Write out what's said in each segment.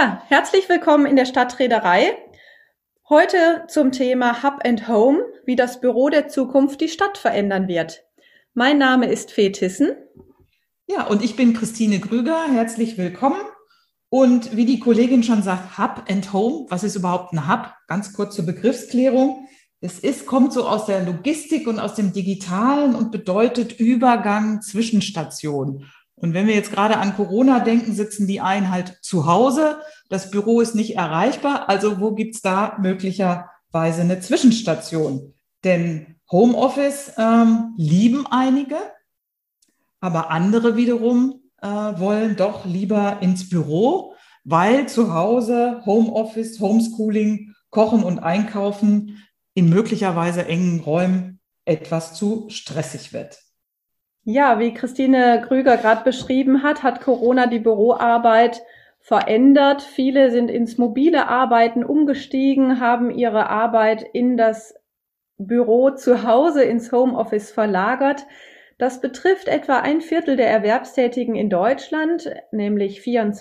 Ja, herzlich willkommen in der Stadtreederei. Heute zum Thema Hub and Home, wie das Büro der Zukunft die Stadt verändern wird. Mein Name ist Fee Tissen. Ja, und ich bin Christine Grüger. Herzlich willkommen. Und wie die Kollegin schon sagt, Hub and Home. Was ist überhaupt ein Hub? Ganz kurz zur Begriffsklärung. Kommt so aus der Logistik und aus dem Digitalen und bedeutet Übergang, Zwischenstation. Und wenn wir jetzt gerade an Corona denken, sitzen die einen halt zu Hause. Das Büro ist nicht erreichbar. Also wo gibt's da möglicherweise eine Zwischenstation? Denn Homeoffice lieben einige. Aber andere wiederum wollen doch lieber ins Büro, weil zu Hause Homeoffice, Homeschooling, Kochen und Einkaufen in möglicherweise engen Räumen etwas zu stressig wird. Ja, wie Christine Grüger gerade beschrieben hat, hat Corona die Büroarbeit verändert. Viele sind ins mobile Arbeiten umgestiegen, haben ihre Arbeit in das Büro zu Hause ins Homeoffice verlagert. Das betrifft etwa 1/4 der Erwerbstätigen in Deutschland, nämlich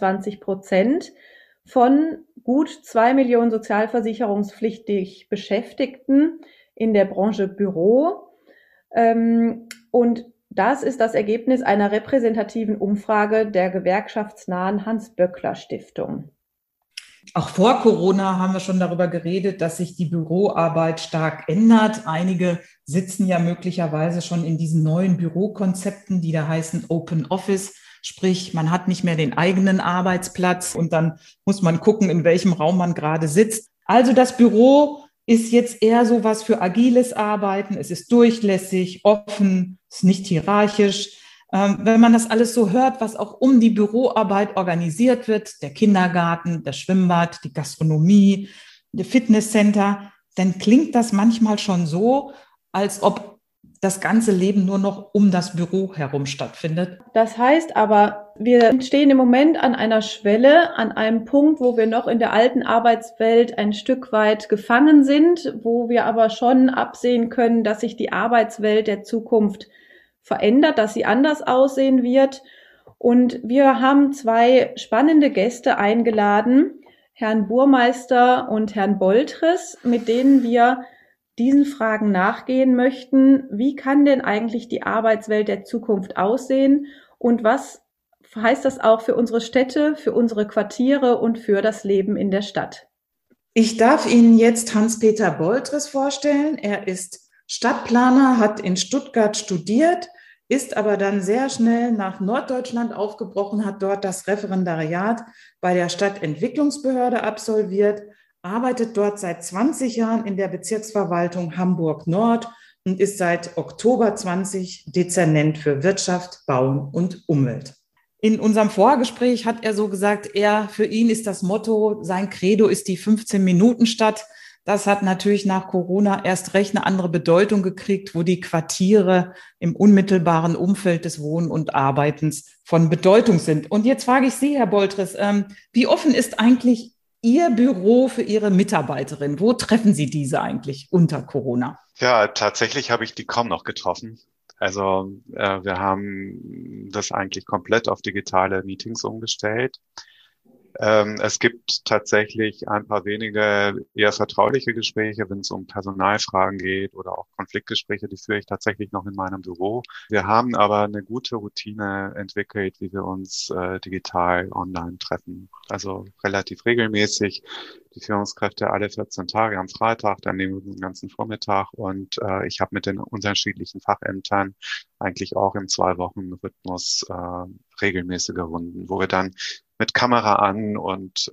24% von gut 2 Millionen sozialversicherungspflichtig Beschäftigten in der Branche Büro. Und das ist das Ergebnis einer repräsentativen Umfrage der gewerkschaftsnahen Hans-Böckler-Stiftung. Auch vor Corona haben wir schon darüber geredet, dass sich die Büroarbeit stark ändert. Einige sitzen ja möglicherweise schon in diesen neuen Bürokonzepten, die da heißen Open Office. Sprich, man hat nicht mehr den eigenen Arbeitsplatz und dann muss man gucken, in welchem Raum man gerade sitzt. Also das Büro ist jetzt eher so was für agiles Arbeiten. Es ist durchlässig, offen, ist nicht hierarchisch. Wenn man das alles so hört, was auch um die Büroarbeit organisiert wird, der Kindergarten, das Schwimmbad, die Gastronomie, der Fitnesscenter, dann klingt das manchmal schon so, als ob das ganze Leben nur noch um das Büro herum stattfindet. Das heißt aber, wir stehen im Moment an einer Schwelle, an einem Punkt, wo wir noch in der alten Arbeitswelt ein Stück weit gefangen sind, wo wir aber schon absehen können, dass sich die Arbeitswelt der Zukunft verändert, dass sie anders aussehen wird. Und wir haben 2 spannende Gäste eingeladen, Herrn Burmeister und Herrn Boltres, mit denen wir diesen Fragen nachgehen möchten. Wie kann denn eigentlich die Arbeitswelt der Zukunft aussehen? Und was heißt das auch für unsere Städte, für unsere Quartiere und für das Leben in der Stadt? Ich darf Ihnen jetzt Hans-Peter Boltres vorstellen. Er ist Stadtplaner, hat in Stuttgart studiert, ist aber dann sehr schnell nach Norddeutschland aufgebrochen, hat dort das Referendariat bei der Stadtentwicklungsbehörde absolviert, arbeitet dort seit 20 Jahren in der Bezirksverwaltung Hamburg-Nord und ist seit Oktober 20 Dezernent für Wirtschaft, Bauen und Umwelt. In unserem Vorgespräch hat er so gesagt, für ihn ist das Motto, sein Credo ist die 15-Minuten-Stadt. Das hat natürlich nach Corona erst recht eine andere Bedeutung gekriegt, wo die Quartiere im unmittelbaren Umfeld des Wohnen und Arbeitens von Bedeutung sind. Und jetzt frage ich Sie, Herr Boltres, wie offen ist eigentlich Ihr Büro für Ihre Mitarbeiterin? Wo treffen Sie diese eigentlich unter Corona? Ja, tatsächlich habe ich die kaum noch getroffen. Also wir haben das eigentlich komplett auf digitale Meetings umgestellt. Es gibt tatsächlich ein paar wenige eher vertrauliche Gespräche, wenn es um Personalfragen geht oder auch Konfliktgespräche, die führe ich tatsächlich noch in meinem Büro. Wir haben aber eine gute Routine entwickelt, wie wir uns digital online treffen. Also relativ regelmäßig. Die Führungskräfte alle 14 Tage am Freitag, dann nehmen wir den ganzen Vormittag und ich habe mit den unterschiedlichen Fachämtern eigentlich auch im 2-Wochen-Rhythmus regelmäßige Runden, wo wir dann mit Kamera an und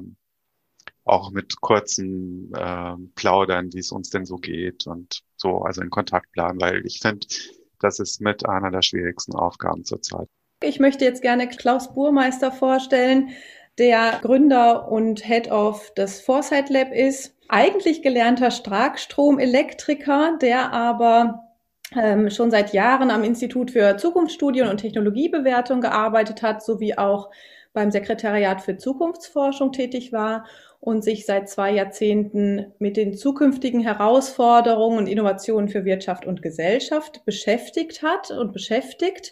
auch mit kurzen Plaudern, wie es uns denn so geht und so, also in Kontakt bleiben, weil ich finde, das ist mit einer der schwierigsten Aufgaben zurzeit. Ich möchte jetzt gerne Klaus Burmeister vorstellen, der Gründer und Head of des Foresight Lab ist. Eigentlich gelernter Starkstromelektriker, der aber schon seit Jahren am Institut für Zukunftsstudien und Technologiebewertung gearbeitet hat, sowie auch beim Sekretariat für Zukunftsforschung tätig war und sich seit 2 Jahrzehnten mit den zukünftigen Herausforderungen und Innovationen für Wirtschaft und Gesellschaft beschäftigt hat und beschäftigt.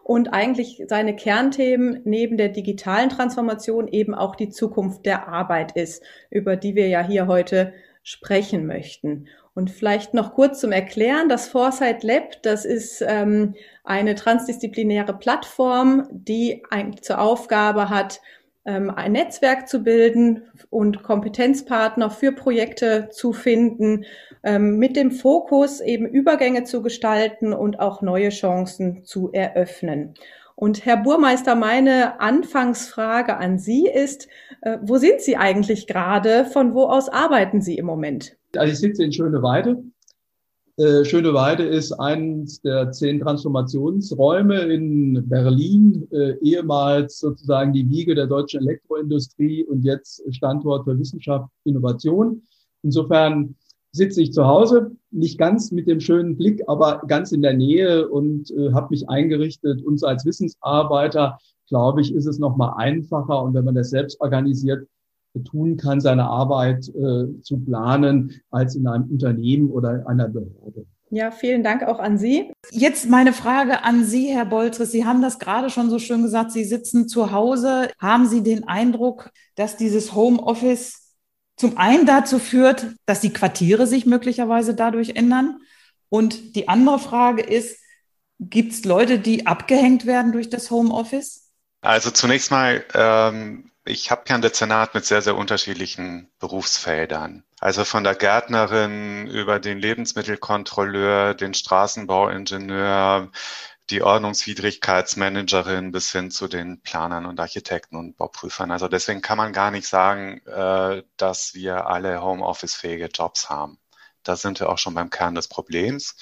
und eigentlich seine Kernthemen neben der digitalen Transformation eben auch die Zukunft der Arbeit ist, über die wir ja hier heute sprechen möchten. Und vielleicht noch kurz zum Erklären, das Foresight Lab, das ist eine transdisziplinäre Plattform, die eigentlich zur Aufgabe hat, ein Netzwerk zu bilden und Kompetenzpartner für Projekte zu finden, mit dem Fokus eben Übergänge zu gestalten und auch neue Chancen zu eröffnen. Und Herr Burmeister, meine Anfangsfrage an Sie ist, wo sind Sie eigentlich gerade? Von wo aus arbeiten Sie im Moment? Also ich sitze in Schöneweide. Schöneweide ist eines der 10 Transformationsräume in Berlin, ehemals sozusagen die Wiege der deutschen Elektroindustrie und jetzt Standort für Wissenschaft, Innovation. Insofern sitze ich zu Hause, nicht ganz mit dem schönen Blick, aber ganz in der Nähe und habe mich eingerichtet. Uns als Wissensarbeiter, glaube ich, ist es noch mal einfacher. Und wenn man das selbst organisiert tun kann, seine Arbeit zu planen, als in einem Unternehmen oder einer Behörde. Ja, vielen Dank auch an Sie. Jetzt meine Frage an Sie, Herr Boltres. Sie haben das gerade schon so schön gesagt, Sie sitzen zu Hause. Haben Sie den Eindruck, dass dieses Homeoffice zum einen dazu führt, dass die Quartiere sich möglicherweise dadurch ändern? Und die andere Frage ist, gibt es Leute, die abgehängt werden durch das Homeoffice? Also zunächst mal, ich habe ja ein Dezernat mit sehr, sehr unterschiedlichen Berufsfeldern. Also von der Gärtnerin über den Lebensmittelkontrolleur, den Straßenbauingenieur, die Ordnungswidrigkeitsmanagerin bis hin zu den Planern und Architekten und Bauprüfern. Also deswegen kann man gar nicht sagen, dass wir alle Homeoffice-fähige Jobs haben. Da sind wir auch schon beim Kern des Problems,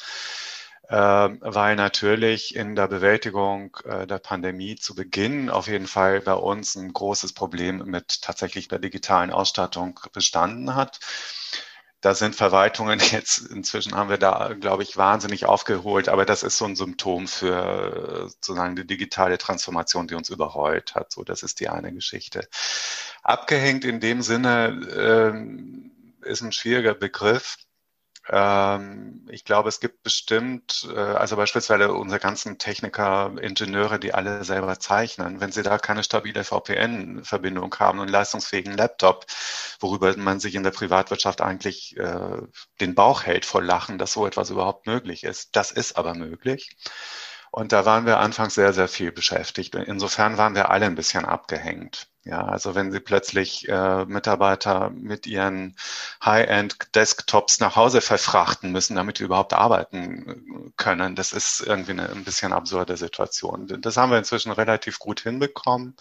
weil natürlich in der Bewältigung der Pandemie zu Beginn auf jeden Fall bei uns ein großes Problem mit tatsächlich der digitalen Ausstattung bestanden hat. Da sind Verwaltungen jetzt, inzwischen haben wir da, glaube ich, wahnsinnig aufgeholt, aber das ist so ein Symptom für sozusagen die digitale Transformation, die uns überrollt hat. So, das ist die eine Geschichte. Abgehängt in dem Sinne ist ein schwieriger Begriff. Ich glaube, es gibt bestimmt, also beispielsweise unsere ganzen Techniker, Ingenieure, die alle selber zeichnen, wenn sie da keine stabile VPN-Verbindung haben und einen leistungsfähigen Laptop, worüber man sich in der Privatwirtschaft eigentlich den Bauch hält vor Lachen, dass so etwas überhaupt möglich ist. Das ist aber möglich. Und da waren wir anfangs sehr, sehr viel beschäftigt. Insofern waren wir alle ein bisschen abgehängt. Ja, also wenn Sie plötzlich Mitarbeiter mit ihren High-End-Desktops nach Hause verfrachten müssen, damit wir überhaupt arbeiten können, das ist irgendwie eine ein bisschen absurde Situation. Das haben wir inzwischen relativ gut hinbekommen.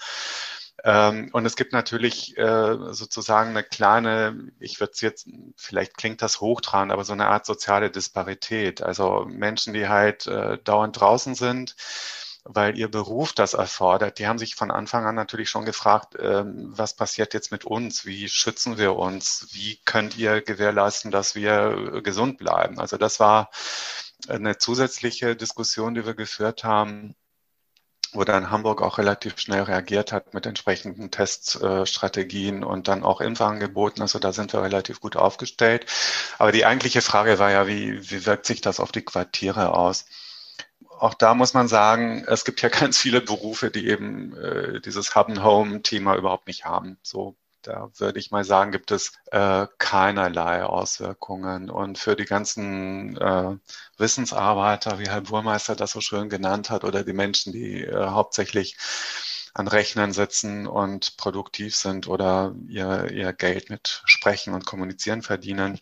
Und es gibt natürlich sozusagen eine kleine, ich würde es jetzt, vielleicht klingt das hochtrabend, aber so eine Art soziale Disparität. Also Menschen, die halt dauernd draußen sind, weil ihr Beruf das erfordert, die haben sich von Anfang an natürlich schon gefragt, was passiert jetzt mit uns? Wie schützen wir uns? Wie könnt ihr gewährleisten, dass wir gesund bleiben? Also das war eine zusätzliche Diskussion, die wir geführt haben, wo dann Hamburg auch relativ schnell reagiert hat mit entsprechenden Teststrategien und dann auch Impfangeboten. Also da sind wir relativ gut aufgestellt. Aber die eigentliche Frage war ja, wie wirkt sich das auf die Quartiere aus? Auch da muss man sagen, es gibt ja ganz viele Berufe, die eben dieses Hub-and-Home-Thema überhaupt nicht haben. So, da würde ich mal sagen, gibt es keinerlei Auswirkungen. Und für die ganzen Wissensarbeiter, wie Herr Burmeister das so schön genannt hat, oder die Menschen, die hauptsächlich an Rechnern sitzen und produktiv sind oder ihr Geld mit Sprechen und Kommunizieren verdienen,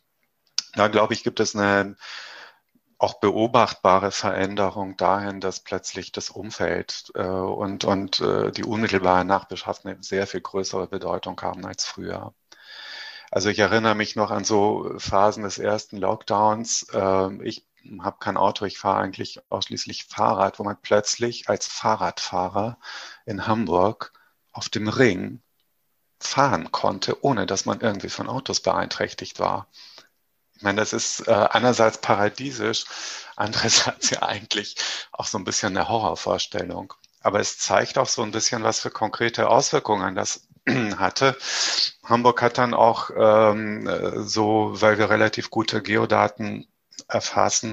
da glaube ich, gibt es eine auch beobachtbare Veränderung dahin, dass plötzlich das Umfeld und die unmittelbare Nachbarschaft eine sehr viel größere Bedeutung haben als früher. Also ich erinnere mich noch an so Phasen des ersten Lockdowns. Ich habe kein Auto, ich fahre eigentlich ausschließlich Fahrrad, wo man plötzlich als Fahrradfahrer in Hamburg auf dem Ring fahren konnte, ohne dass man irgendwie von Autos beeinträchtigt war. Ich meine, das ist einerseits paradiesisch, andererseits ja eigentlich auch so ein bisschen eine Horrorvorstellung. Aber es zeigt auch so ein bisschen, was für konkrete Auswirkungen das hatte. Hamburg hat dann auch so, weil wir relativ gute Geodaten erfasst,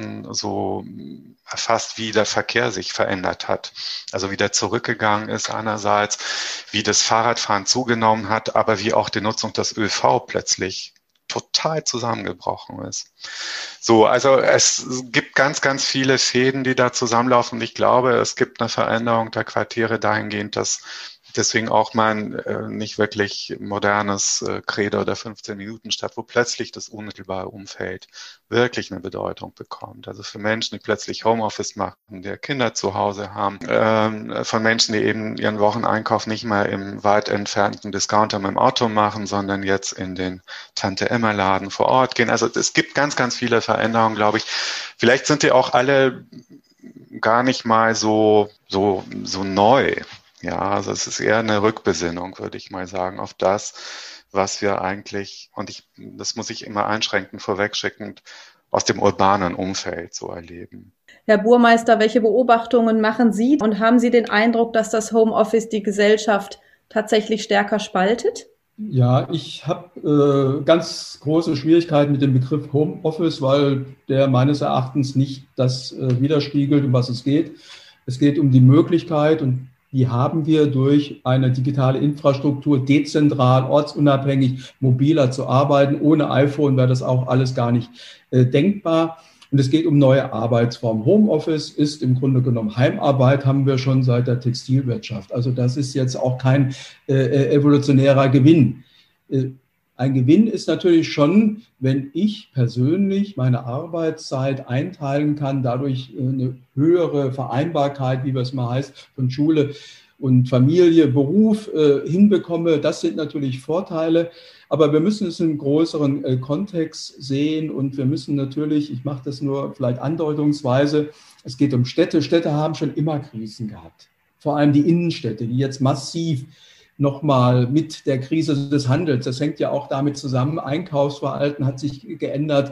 wie der Verkehr sich verändert hat. Also wie der zurückgegangen ist einerseits, wie das Fahrradfahren zugenommen hat, aber wie auch die Nutzung des ÖV plötzlich total zusammengebrochen ist. So, also es gibt ganz, ganz viele Fäden, die da zusammenlaufen. Und ich glaube, es gibt eine Veränderung der Quartiere dahingehend, dass deswegen auch mein nicht wirklich modernes Credo der 15-Minuten-Stadt, wo plötzlich das unmittelbare Umfeld wirklich eine Bedeutung bekommt. Also für Menschen, die plötzlich Homeoffice machen, die Kinder zu Hause haben, von Menschen, die eben ihren Wocheneinkauf nicht mehr im weit entfernten Discounter mit dem Auto machen, sondern jetzt in den Tante-Emma-Laden vor Ort gehen. Also es gibt ganz, ganz viele Veränderungen, glaube ich. Vielleicht sind die auch alle gar nicht mal so neu. Ja, also es ist eher eine Rückbesinnung, würde ich mal sagen, auf das, was wir eigentlich, und das muss ich immer einschränkend vorwegschickend, aus dem urbanen Umfeld so erleben. Herr Burmeister, welche Beobachtungen machen Sie und haben Sie den Eindruck, dass das Homeoffice die Gesellschaft tatsächlich stärker spaltet? Ja, ich habe ganz große Schwierigkeiten mit dem Begriff Homeoffice, weil der meines Erachtens nicht das widerspiegelt, um was es geht. Es geht um die Möglichkeit, und die haben wir durch eine digitale Infrastruktur, dezentral, ortsunabhängig, mobiler zu arbeiten. Ohne iPhone wäre das auch alles gar nicht denkbar. Und es geht um neue Arbeitsformen. Homeoffice ist im Grunde genommen Heimarbeit, haben wir schon seit der Textilwirtschaft. Also das ist jetzt auch kein evolutionärer Gewinn. Ein Gewinn ist natürlich schon, wenn ich persönlich meine Arbeitszeit einteilen kann, dadurch eine höhere Vereinbarkeit, wie es mal heißt, von Schule und Familie, Beruf hinbekomme. Das sind natürlich Vorteile, aber wir müssen es im größeren Kontext sehen und wir müssen natürlich, ich mache das nur vielleicht andeutungsweise, es geht um Städte. Städte haben schon immer Krisen gehabt, vor allem die Innenstädte, die jetzt massiv nochmal mit der Krise des Handels, das hängt ja auch damit zusammen, Einkaufsverhalten hat sich geändert.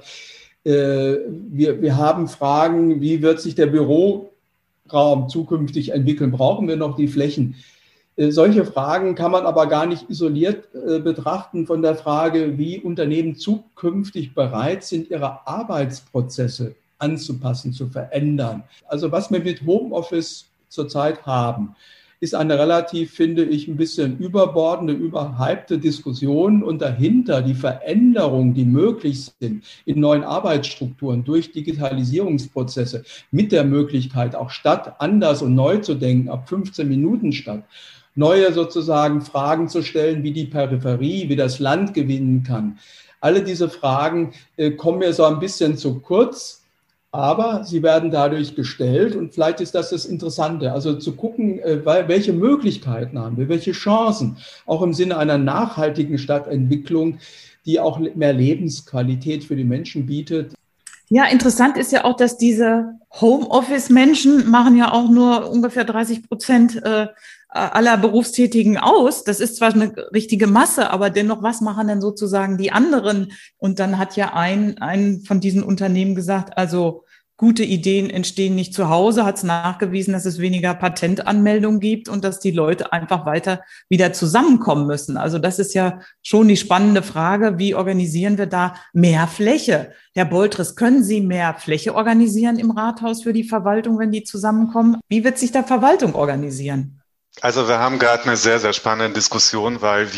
Wir haben Fragen, wie wird sich der Büroraum zukünftig entwickeln? Brauchen wir noch die Flächen? Solche Fragen kann man aber gar nicht isoliert betrachten von der Frage, wie Unternehmen zukünftig bereit sind, ihre Arbeitsprozesse anzupassen, zu verändern. Also was wir mit Homeoffice zurzeit haben, ist eine relativ, finde ich, ein bisschen überbordende, überhypte Diskussion und dahinter die Veränderungen, die möglich sind in neuen Arbeitsstrukturen durch Digitalisierungsprozesse mit der Möglichkeit, auch Stadt anders und neu zu denken, ab 15 Minuten Stadt, neue sozusagen Fragen zu stellen, wie die Peripherie, wie das Land gewinnen kann. Alle diese Fragen kommen mir so ein bisschen zu kurz. Aber sie werden dadurch gestellt und vielleicht ist das Interessante, also zu gucken, welche Möglichkeiten haben wir, welche Chancen, auch im Sinne einer nachhaltigen Stadtentwicklung, die auch mehr Lebensqualität für die Menschen bietet. Ja, interessant ist ja auch, dass diese Homeoffice-Menschen machen ja auch nur ungefähr 30% aller Berufstätigen aus. Das ist zwar eine richtige Masse, aber dennoch, was machen denn sozusagen die anderen? Und dann hat ja ein von diesen Unternehmen gesagt, also gute Ideen entstehen nicht zu Hause, hat es nachgewiesen, dass es weniger Patentanmeldungen gibt und dass die Leute einfach weiter wieder zusammenkommen müssen. Also das ist ja schon die spannende Frage, wie organisieren wir da mehr Fläche? Herr Boltres, können Sie mehr Fläche organisieren im Rathaus für die Verwaltung, wenn die zusammenkommen? Wie wird sich da Verwaltung organisieren? Also wir haben gerade eine sehr, sehr spannende Diskussion, weil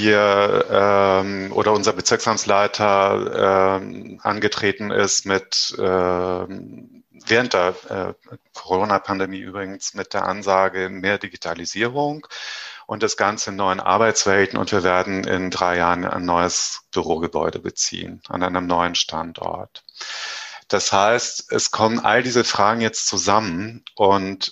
wir oder unser Bezirksamtsleiter angetreten ist mit während der Corona-Pandemie übrigens mit der Ansage mehr Digitalisierung und das Ganze in neuen Arbeitswelten. Und wir werden in 3 Jahren ein neues Bürogebäude beziehen an einem neuen Standort. Das heißt, es kommen all diese Fragen jetzt zusammen und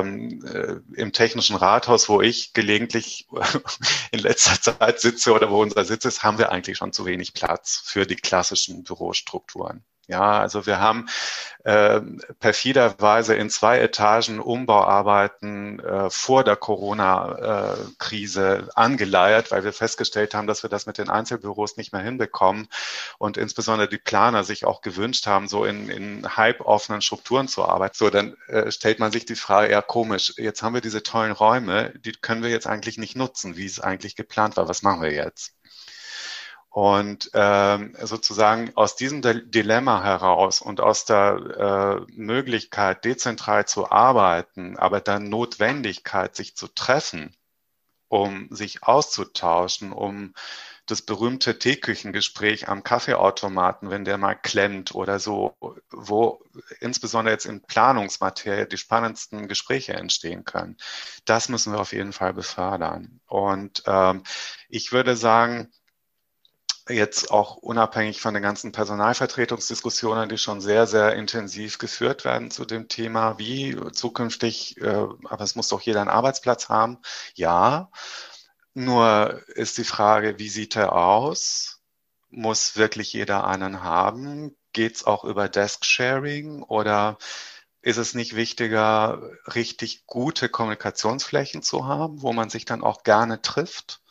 im Technischen Rathaus, wo ich gelegentlich in letzter Zeit sitze oder wo unser Sitz ist, haben wir eigentlich schon zu wenig Platz für die klassischen Bürostrukturen. Ja, also wir haben perfiderweise in 2 Etagen Umbauarbeiten vor der Corona-Krise angeleiert, weil wir festgestellt haben, dass wir das mit den Einzelbüros nicht mehr hinbekommen und insbesondere die Planer sich auch gewünscht haben, so in halboffenen Strukturen zu arbeiten. So, dann stellt man sich die Frage, ja komisch, jetzt haben wir diese tollen Räume, die können wir jetzt eigentlich nicht nutzen, wie es eigentlich geplant war. Was machen wir jetzt? Und sozusagen aus diesem Dilemma heraus und aus der Möglichkeit, dezentral zu arbeiten, aber dann Notwendigkeit, sich zu treffen, um sich auszutauschen, um das berühmte Teeküchengespräch am Kaffeeautomaten, wenn der mal klemmt oder so, wo insbesondere jetzt in Planungsmaterie die spannendsten Gespräche entstehen können. Das müssen wir auf jeden Fall befördern. Und ich würde sagen, jetzt auch unabhängig von den ganzen Personalvertretungsdiskussionen, die schon sehr, sehr intensiv geführt werden zu dem Thema, wie zukünftig, aber es muss doch jeder einen Arbeitsplatz haben. Ja, nur ist die Frage, wie sieht er aus? Muss wirklich jeder einen haben? Geht es auch über Desk-Sharing oder ist es nicht wichtiger, richtig gute Kommunikationsflächen zu haben, wo man sich dann auch gerne trifft?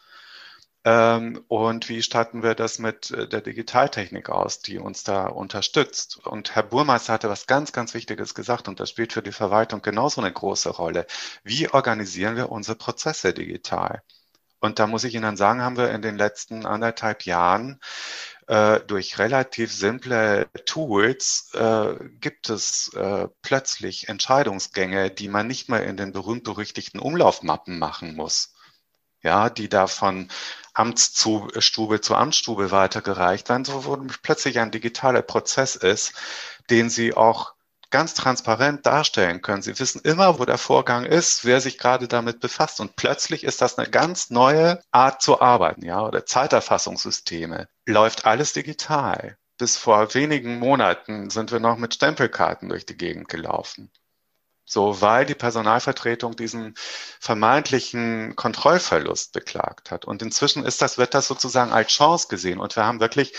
Und wie statten wir das mit der Digitaltechnik aus, die uns da unterstützt? Und Herr Burmeister hatte was ganz, ganz Wichtiges gesagt und das spielt für die Verwaltung genauso eine große Rolle. Wie organisieren wir unsere Prozesse digital? Und da muss ich Ihnen dann sagen, haben wir in den letzten 1,5 Jahren durch relativ simple Tools gibt es plötzlich Entscheidungsgänge, die man nicht mehr in den berühmt-berüchtigten Umlaufmappen machen muss. Ja, die da von Amtsstube zu Amtsstube weitergereicht werden, so wo plötzlich ein digitaler Prozess ist, den Sie auch ganz transparent darstellen können. Sie wissen immer, wo der Vorgang ist, wer sich gerade damit befasst. Und plötzlich ist das eine ganz neue Art zu arbeiten, ja, oder Zeiterfassungssysteme. Läuft alles digital. Bis vor wenigen Monaten sind wir noch mit Stempelkarten durch die Gegend gelaufen. So, weil die Personalvertretung diesen vermeintlichen Kontrollverlust beklagt hat. Und inzwischen wird das sozusagen als Chance gesehen. Und wir haben wirklich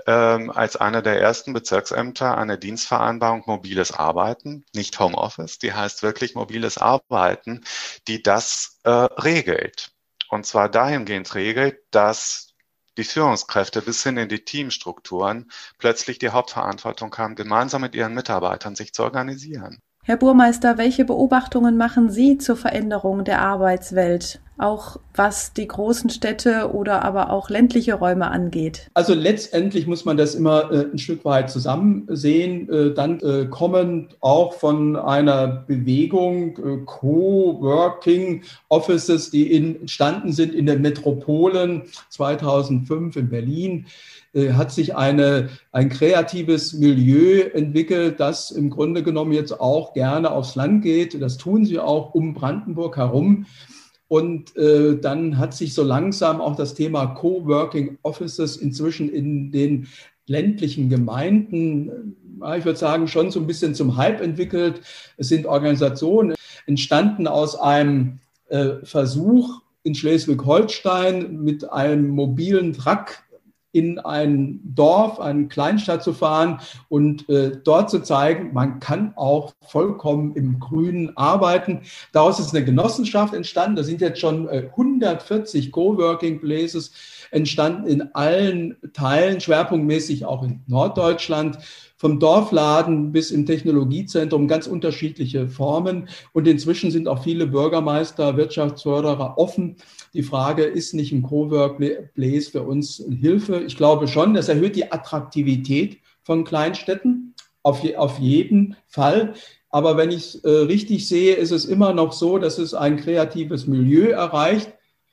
als einer der ersten Bezirksämter eine Dienstvereinbarung mobiles Arbeiten, nicht Homeoffice, die heißt wirklich mobiles Arbeiten, die das regelt. Und zwar dahingehend regelt, dass die Führungskräfte bis hin in die Teamstrukturen plötzlich die Hauptverantwortung haben, gemeinsam mit ihren Mitarbeitern sich zu organisieren. Herr Burmeister, welche Beobachtungen machen Sie zur Veränderung der Arbeitswelt, auch was die großen Städte oder aber auch ländliche Räume angeht? Also letztendlich muss man das immer ein Stück weit zusammen sehen. Dann kommend auch von einer Bewegung Coworking Offices, die entstanden sind in den Metropolen 2005 in Berlin. Hat sich ein kreatives Milieu entwickelt, das im Grunde genommen jetzt auch gerne aufs Land geht. Das tun sie auch um Brandenburg herum. Und dann hat sich so langsam auch das Thema Coworking Offices inzwischen in den ländlichen Gemeinden, ich würde sagen, schon so ein bisschen zum Hype entwickelt. Es sind Organisationen entstanden aus einem Versuch in Schleswig-Holstein mit einem mobilen Truck in ein Dorf, eine Kleinstadt zu fahren und dort zu zeigen, man kann auch vollkommen im Grünen arbeiten. Daraus ist eine Genossenschaft entstanden. Da sind jetzt schon 140 Coworking Places entstanden in allen Teilen, schwerpunktmäßig auch in Norddeutschland. Vom Dorfladen bis im Technologiezentrum ganz unterschiedliche Formen. Und inzwischen sind auch viele Bürgermeister, Wirtschaftsförderer offen. Die Frage, ist nicht ein Cowork-Place für uns eine Hilfe? Ich glaube schon, das erhöht die Attraktivität von Kleinstädten, auf jeden Fall. Aber wenn ich es richtig sehe, ist es immer noch so, dass es ein kreatives Milieu erreicht.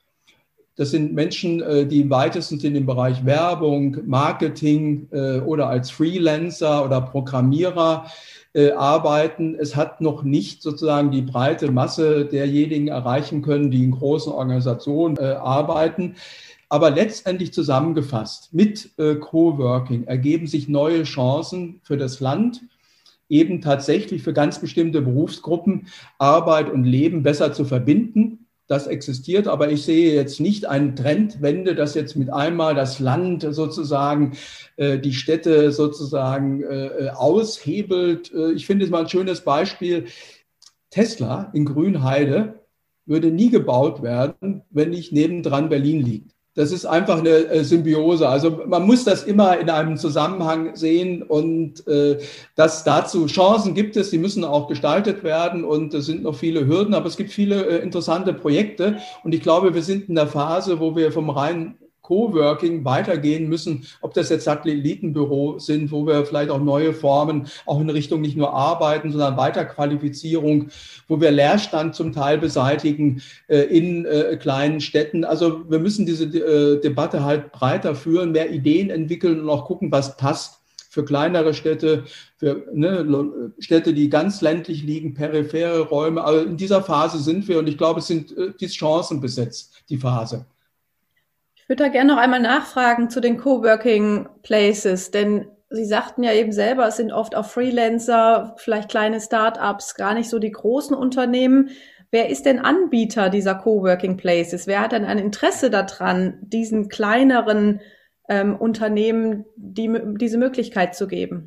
Das sind Menschen, die im weitesten Sinne im Bereich Werbung, Marketing oder als Freelancer oder Programmierer arbeiten. Es hat noch nicht sozusagen die breite Masse derjenigen erreichen können, die in großen Organisationen arbeiten. Aber letztendlich zusammengefasst, mit Coworking ergeben sich neue Chancen für das Land, eben tatsächlich für ganz bestimmte Berufsgruppen Arbeit und Leben besser zu verbinden. Das existiert, aber ich sehe jetzt nicht eine Trendwende, dass jetzt mit einmal das Land sozusagen die Städte sozusagen aushebelt. Ich finde es mal ein schönes Beispiel. Tesla in Grünheide würde nie gebaut werden, wenn nicht nebendran Berlin liegt. Das ist einfach eine Symbiose. Also man muss das immer in einem Zusammenhang sehen und dass dazu Chancen gibt es, die müssen auch gestaltet werden und es sind noch viele Hürden, aber es gibt viele interessante Projekte und ich glaube, wir sind in der Phase, wo wir vom reinen Coworking weitergehen müssen, ob das jetzt Satellitenbüros sind, wo wir vielleicht auch neue Formen, auch in Richtung nicht nur Arbeiten, sondern Weiterqualifizierung, wo wir Leerstand zum Teil beseitigen in kleinen Städten. Also wir müssen diese Debatte halt breiter führen, mehr Ideen entwickeln und auch gucken, was passt für kleinere Städte, für Städte, die ganz ländlich liegen, periphere Räume. Also in dieser Phase sind wir und ich glaube, es sind die Chancen besetzt, die Phase. Ich würde da gerne noch einmal nachfragen zu den Coworking Places, denn Sie sagten ja eben selber, es sind oft auch Freelancer, vielleicht kleine Start-ups, gar nicht so die großen Unternehmen. Wer ist denn Anbieter dieser Coworking Places? Wer hat denn ein Interesse daran, diesen kleineren Unternehmen diese Möglichkeit zu geben?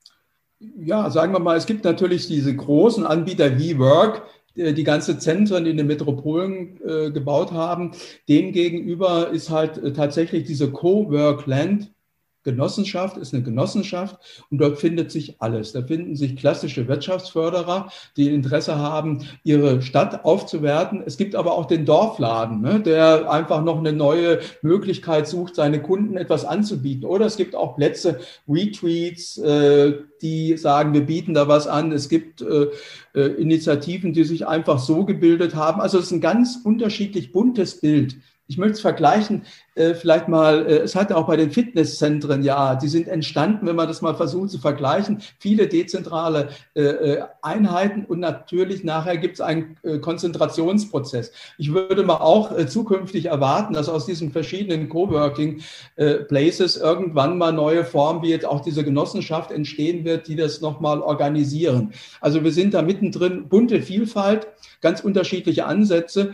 Ja, sagen wir mal, es gibt natürlich diese großen Anbieter wie WeWork, die ganze Zentren in den Metropolen gebaut haben. Demgegenüber ist halt tatsächlich diese Cowork-Land Genossenschaft, ist eine Genossenschaft und dort findet sich alles. Da finden sich klassische Wirtschaftsförderer, die Interesse haben, ihre Stadt aufzuwerten. Es gibt aber auch den Dorfladen, ne, der einfach noch eine neue Möglichkeit sucht, seine Kunden etwas anzubieten. Oder es gibt auch Plätze, Retreats, die sagen, wir bieten da was an. Es gibt Initiativen, die sich einfach so gebildet haben. Also es ist ein ganz unterschiedlich buntes Bild. Ich möchte es vergleichen, vielleicht mal, es hat auch bei den Fitnesszentren, ja, die sind entstanden, wenn man das mal versucht zu vergleichen, viele dezentrale Einheiten und natürlich nachher gibt es einen Konzentrationsprozess. Ich würde mal auch zukünftig erwarten, dass aus diesen verschiedenen Coworking Places irgendwann mal neue Formen, wie jetzt auch diese Genossenschaft entstehen wird, die das nochmal organisieren. Also wir sind da mittendrin, bunte Vielfalt, ganz unterschiedliche Ansätze.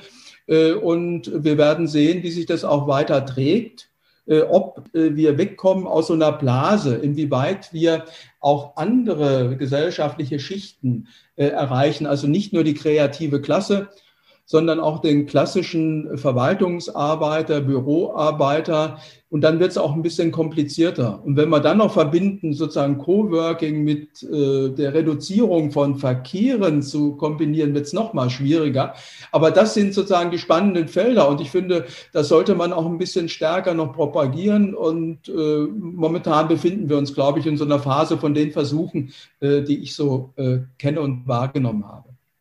Und wir werden sehen, wie sich das auch weiter trägt, ob wir wegkommen aus so einer Blase, inwieweit wir auch andere gesellschaftliche Schichten erreichen, also nicht nur die kreative Klasse, sondern auch den klassischen Verwaltungsarbeiter, Büroarbeiter. Und dann wird es auch ein bisschen komplizierter. Und wenn wir dann noch verbinden, sozusagen Coworking mit der Reduzierung von Verkehren zu kombinieren, wird es noch mal schwieriger. Aber das sind sozusagen die spannenden Felder. Und ich finde, das sollte man auch ein bisschen stärker noch propagieren. Und momentan befinden wir uns, glaube ich, in so einer Phase von den Versuchen, die ich so kenne und wahrgenommen habe.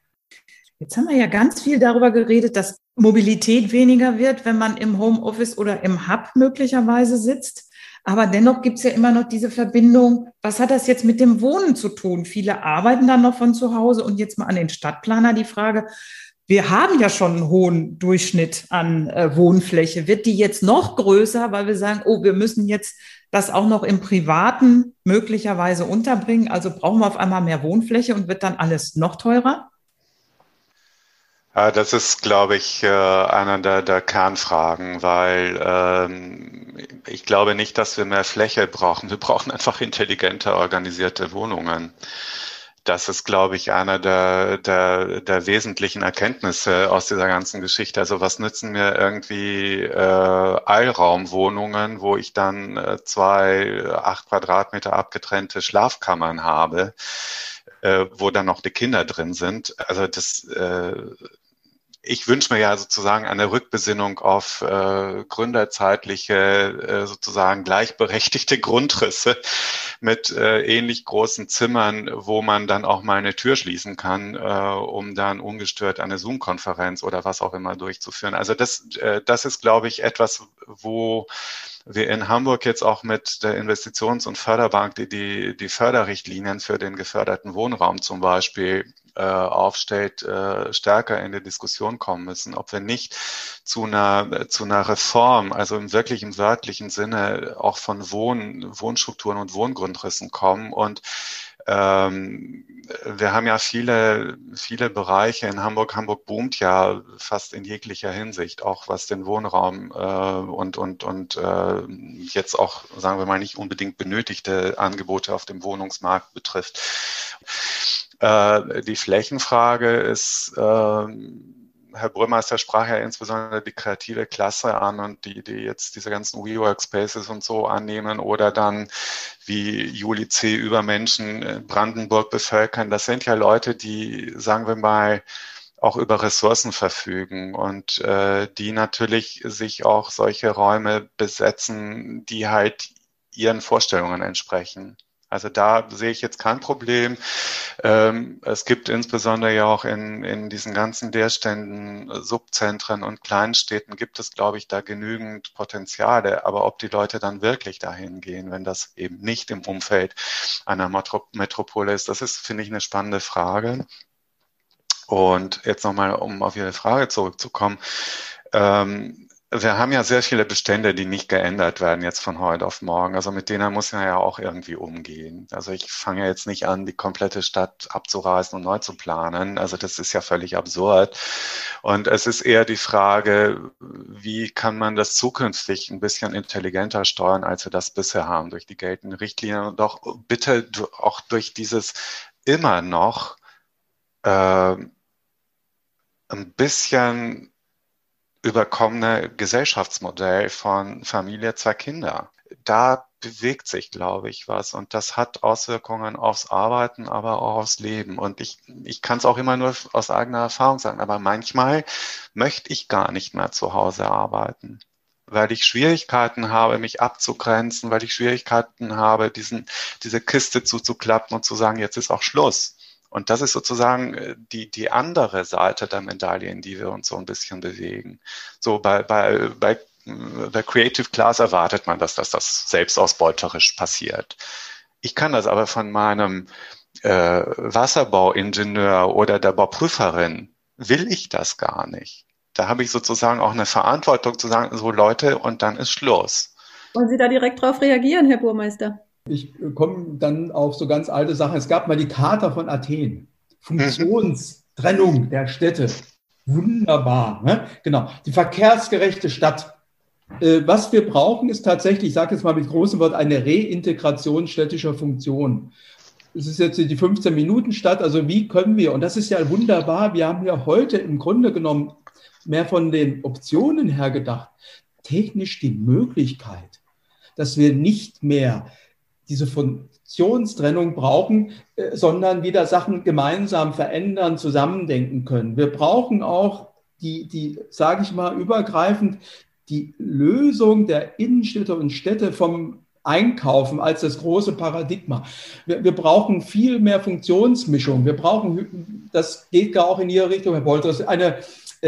Jetzt haben wir ja ganz viel darüber geredet, dass Mobilität weniger wird, wenn man im Homeoffice oder im Hub möglicherweise sitzt. Aber dennoch gibt es ja immer noch diese Verbindung. Was hat das jetzt mit dem Wohnen zu tun? Viele arbeiten dann noch von zu Hause. Und jetzt mal an den Stadtplaner die Frage, wir haben ja schon einen hohen Durchschnitt an Wohnfläche. Wird die jetzt noch größer, weil wir sagen, oh, wir müssen jetzt das auch noch im Privaten möglicherweise unterbringen? Also brauchen wir auf einmal mehr Wohnfläche und wird dann alles noch teurer? Das ist, glaube ich, einer der Kernfragen, weil ich glaube nicht, dass wir mehr Fläche brauchen. Wir brauchen einfach intelligente, organisierte Wohnungen. Das ist, glaube ich, einer der wesentlichen Erkenntnisse aus dieser ganzen Geschichte. Also was nützen mir irgendwie Eilraumwohnungen, wo ich dann 2 8 Quadratmeter abgetrennte Schlafkammern habe, wo dann noch die Kinder drin sind. Also ich wünsche mir ja sozusagen eine Rückbesinnung auf gründerzeitliche, sozusagen gleichberechtigte Grundrisse mit ähnlich großen Zimmern, wo man dann auch mal eine Tür schließen kann, um dann ungestört eine Zoom-Konferenz oder was auch immer durchzuführen. Also das ist, glaube ich, etwas, wo wir in Hamburg jetzt auch mit der Investitions- und Förderbank, die Förderrichtlinien für den geförderten Wohnraum zum Beispiel aufstellt, stärker in die Diskussion kommen müssen, ob wir nicht zu einer Reform, also wirklich im wörtlichen Sinne auch von Wohnstrukturen und Wohngrundrissen kommen. Und wir haben ja viele Bereiche in Hamburg. Hamburg boomt ja fast in jeglicher Hinsicht, auch was den Wohnraum und jetzt auch, sagen wir mal, nicht unbedingt benötigte Angebote auf dem Wohnungsmarkt betrifft. Die Flächenfrage ist, Herr Brüllmeister sprach ja insbesondere die kreative Klasse an und die jetzt diese ganzen WeWork-Spaces und so annehmen oder dann wie Juli C. Übermenschen in Brandenburg bevölkern. Das sind ja Leute, die, sagen wir mal, auch über Ressourcen verfügen und die natürlich sich auch solche Räume besetzen, die halt ihren Vorstellungen entsprechen. Also da sehe ich jetzt kein Problem. Es gibt insbesondere ja auch in diesen ganzen Leerständen, Subzentren und Kleinstädten gibt es, glaube ich, da genügend Potenziale. Aber ob die Leute dann wirklich dahin gehen, wenn das eben nicht im Umfeld einer Metropole ist, das ist, finde ich, eine spannende Frage. Und jetzt nochmal, um auf Ihre Frage zurückzukommen. Wir haben ja sehr viele Bestände, die nicht geändert werden jetzt von heute auf morgen. Also mit denen muss man ja auch irgendwie umgehen. Also ich fange ja jetzt nicht an, die komplette Stadt abzureißen und neu zu planen. Also das ist ja völlig absurd. Und es ist eher die Frage, wie kann man das zukünftig ein bisschen intelligenter steuern, als wir das bisher haben, durch die geltenden Richtlinien und doch bitte auch durch dieses immer noch ein bisschen überkommene Gesellschaftsmodell von Familie, 2 Kinder. Da bewegt sich, glaube ich, was. Und das hat Auswirkungen aufs Arbeiten, aber auch aufs Leben. Und ich kann es auch immer nur aus eigener Erfahrung sagen, aber manchmal möchte ich gar nicht mehr zu Hause arbeiten, weil ich Schwierigkeiten habe, mich abzugrenzen, weil ich Schwierigkeiten habe, diese Kiste zuzuklappen und zu sagen, jetzt ist auch Schluss. Und das ist sozusagen die andere Seite der Medaille, in die wir uns so ein bisschen bewegen. So bei der Creative Class erwartet man, dass das selbstausbeuterisch passiert. Ich kann das aber von meinem Wasserbauingenieur oder der Bauprüferin, will ich das gar nicht. Da habe ich sozusagen auch eine Verantwortung zu sagen, so Leute, und dann ist Schluss. Wollen Sie da direkt drauf reagieren, Herr Burmeister? Ich komme dann auf so ganz alte Sachen. Es gab mal die Charta von Athen. Funktionstrennung der Städte. Wunderbar. Ne? Genau. Die verkehrsgerechte Stadt. Was wir brauchen, ist tatsächlich, ich sage jetzt mal mit großem Wort, eine Reintegration städtischer Funktionen. Es ist jetzt die 15-Minuten-Stadt. Also wie können wir, und das ist ja wunderbar, wir haben ja heute im Grunde genommen mehr von den Optionen her gedacht, technisch die Möglichkeit, dass wir nicht mehr diese Funktionstrennung brauchen, sondern wieder Sachen gemeinsam verändern, zusammendenken können. Wir brauchen auch die sage ich mal, übergreifend die Lösung der Innenstädte und Städte vom Einkaufen als das große Paradigma. Wir brauchen viel mehr Funktionsmischung. Wir brauchen, das geht gar auch in Ihre Richtung, Herr Bolters, eine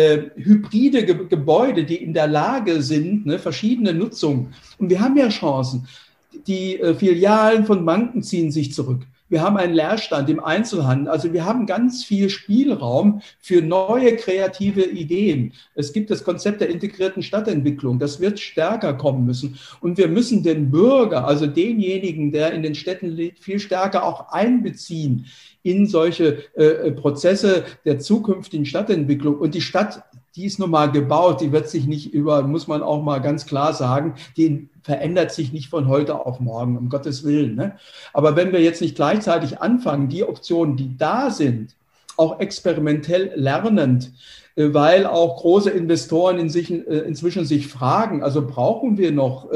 hybride Gebäude, die in der Lage sind, verschiedene Nutzungen. Und wir haben ja Chancen. Die Filialen von Banken ziehen sich zurück. Wir haben einen Leerstand im Einzelhandel. Also wir haben ganz viel Spielraum für neue kreative Ideen. Es gibt das Konzept der integrierten Stadtentwicklung. Das wird stärker kommen müssen. Und wir müssen den Bürger, also denjenigen, der in den Städten lebt, viel stärker auch einbeziehen in solche Prozesse der zukünftigen Stadtentwicklung. Und die Stadt, die ist nun mal gebaut, die wird sich nicht muss man auch mal ganz klar sagen, die verändert sich nicht von heute auf morgen, um Gottes Willen. Ne? Aber wenn wir jetzt nicht gleichzeitig anfangen, die Optionen, die da sind, auch experimentell lernend, weil auch große Investoren inzwischen sich fragen, also brauchen wir noch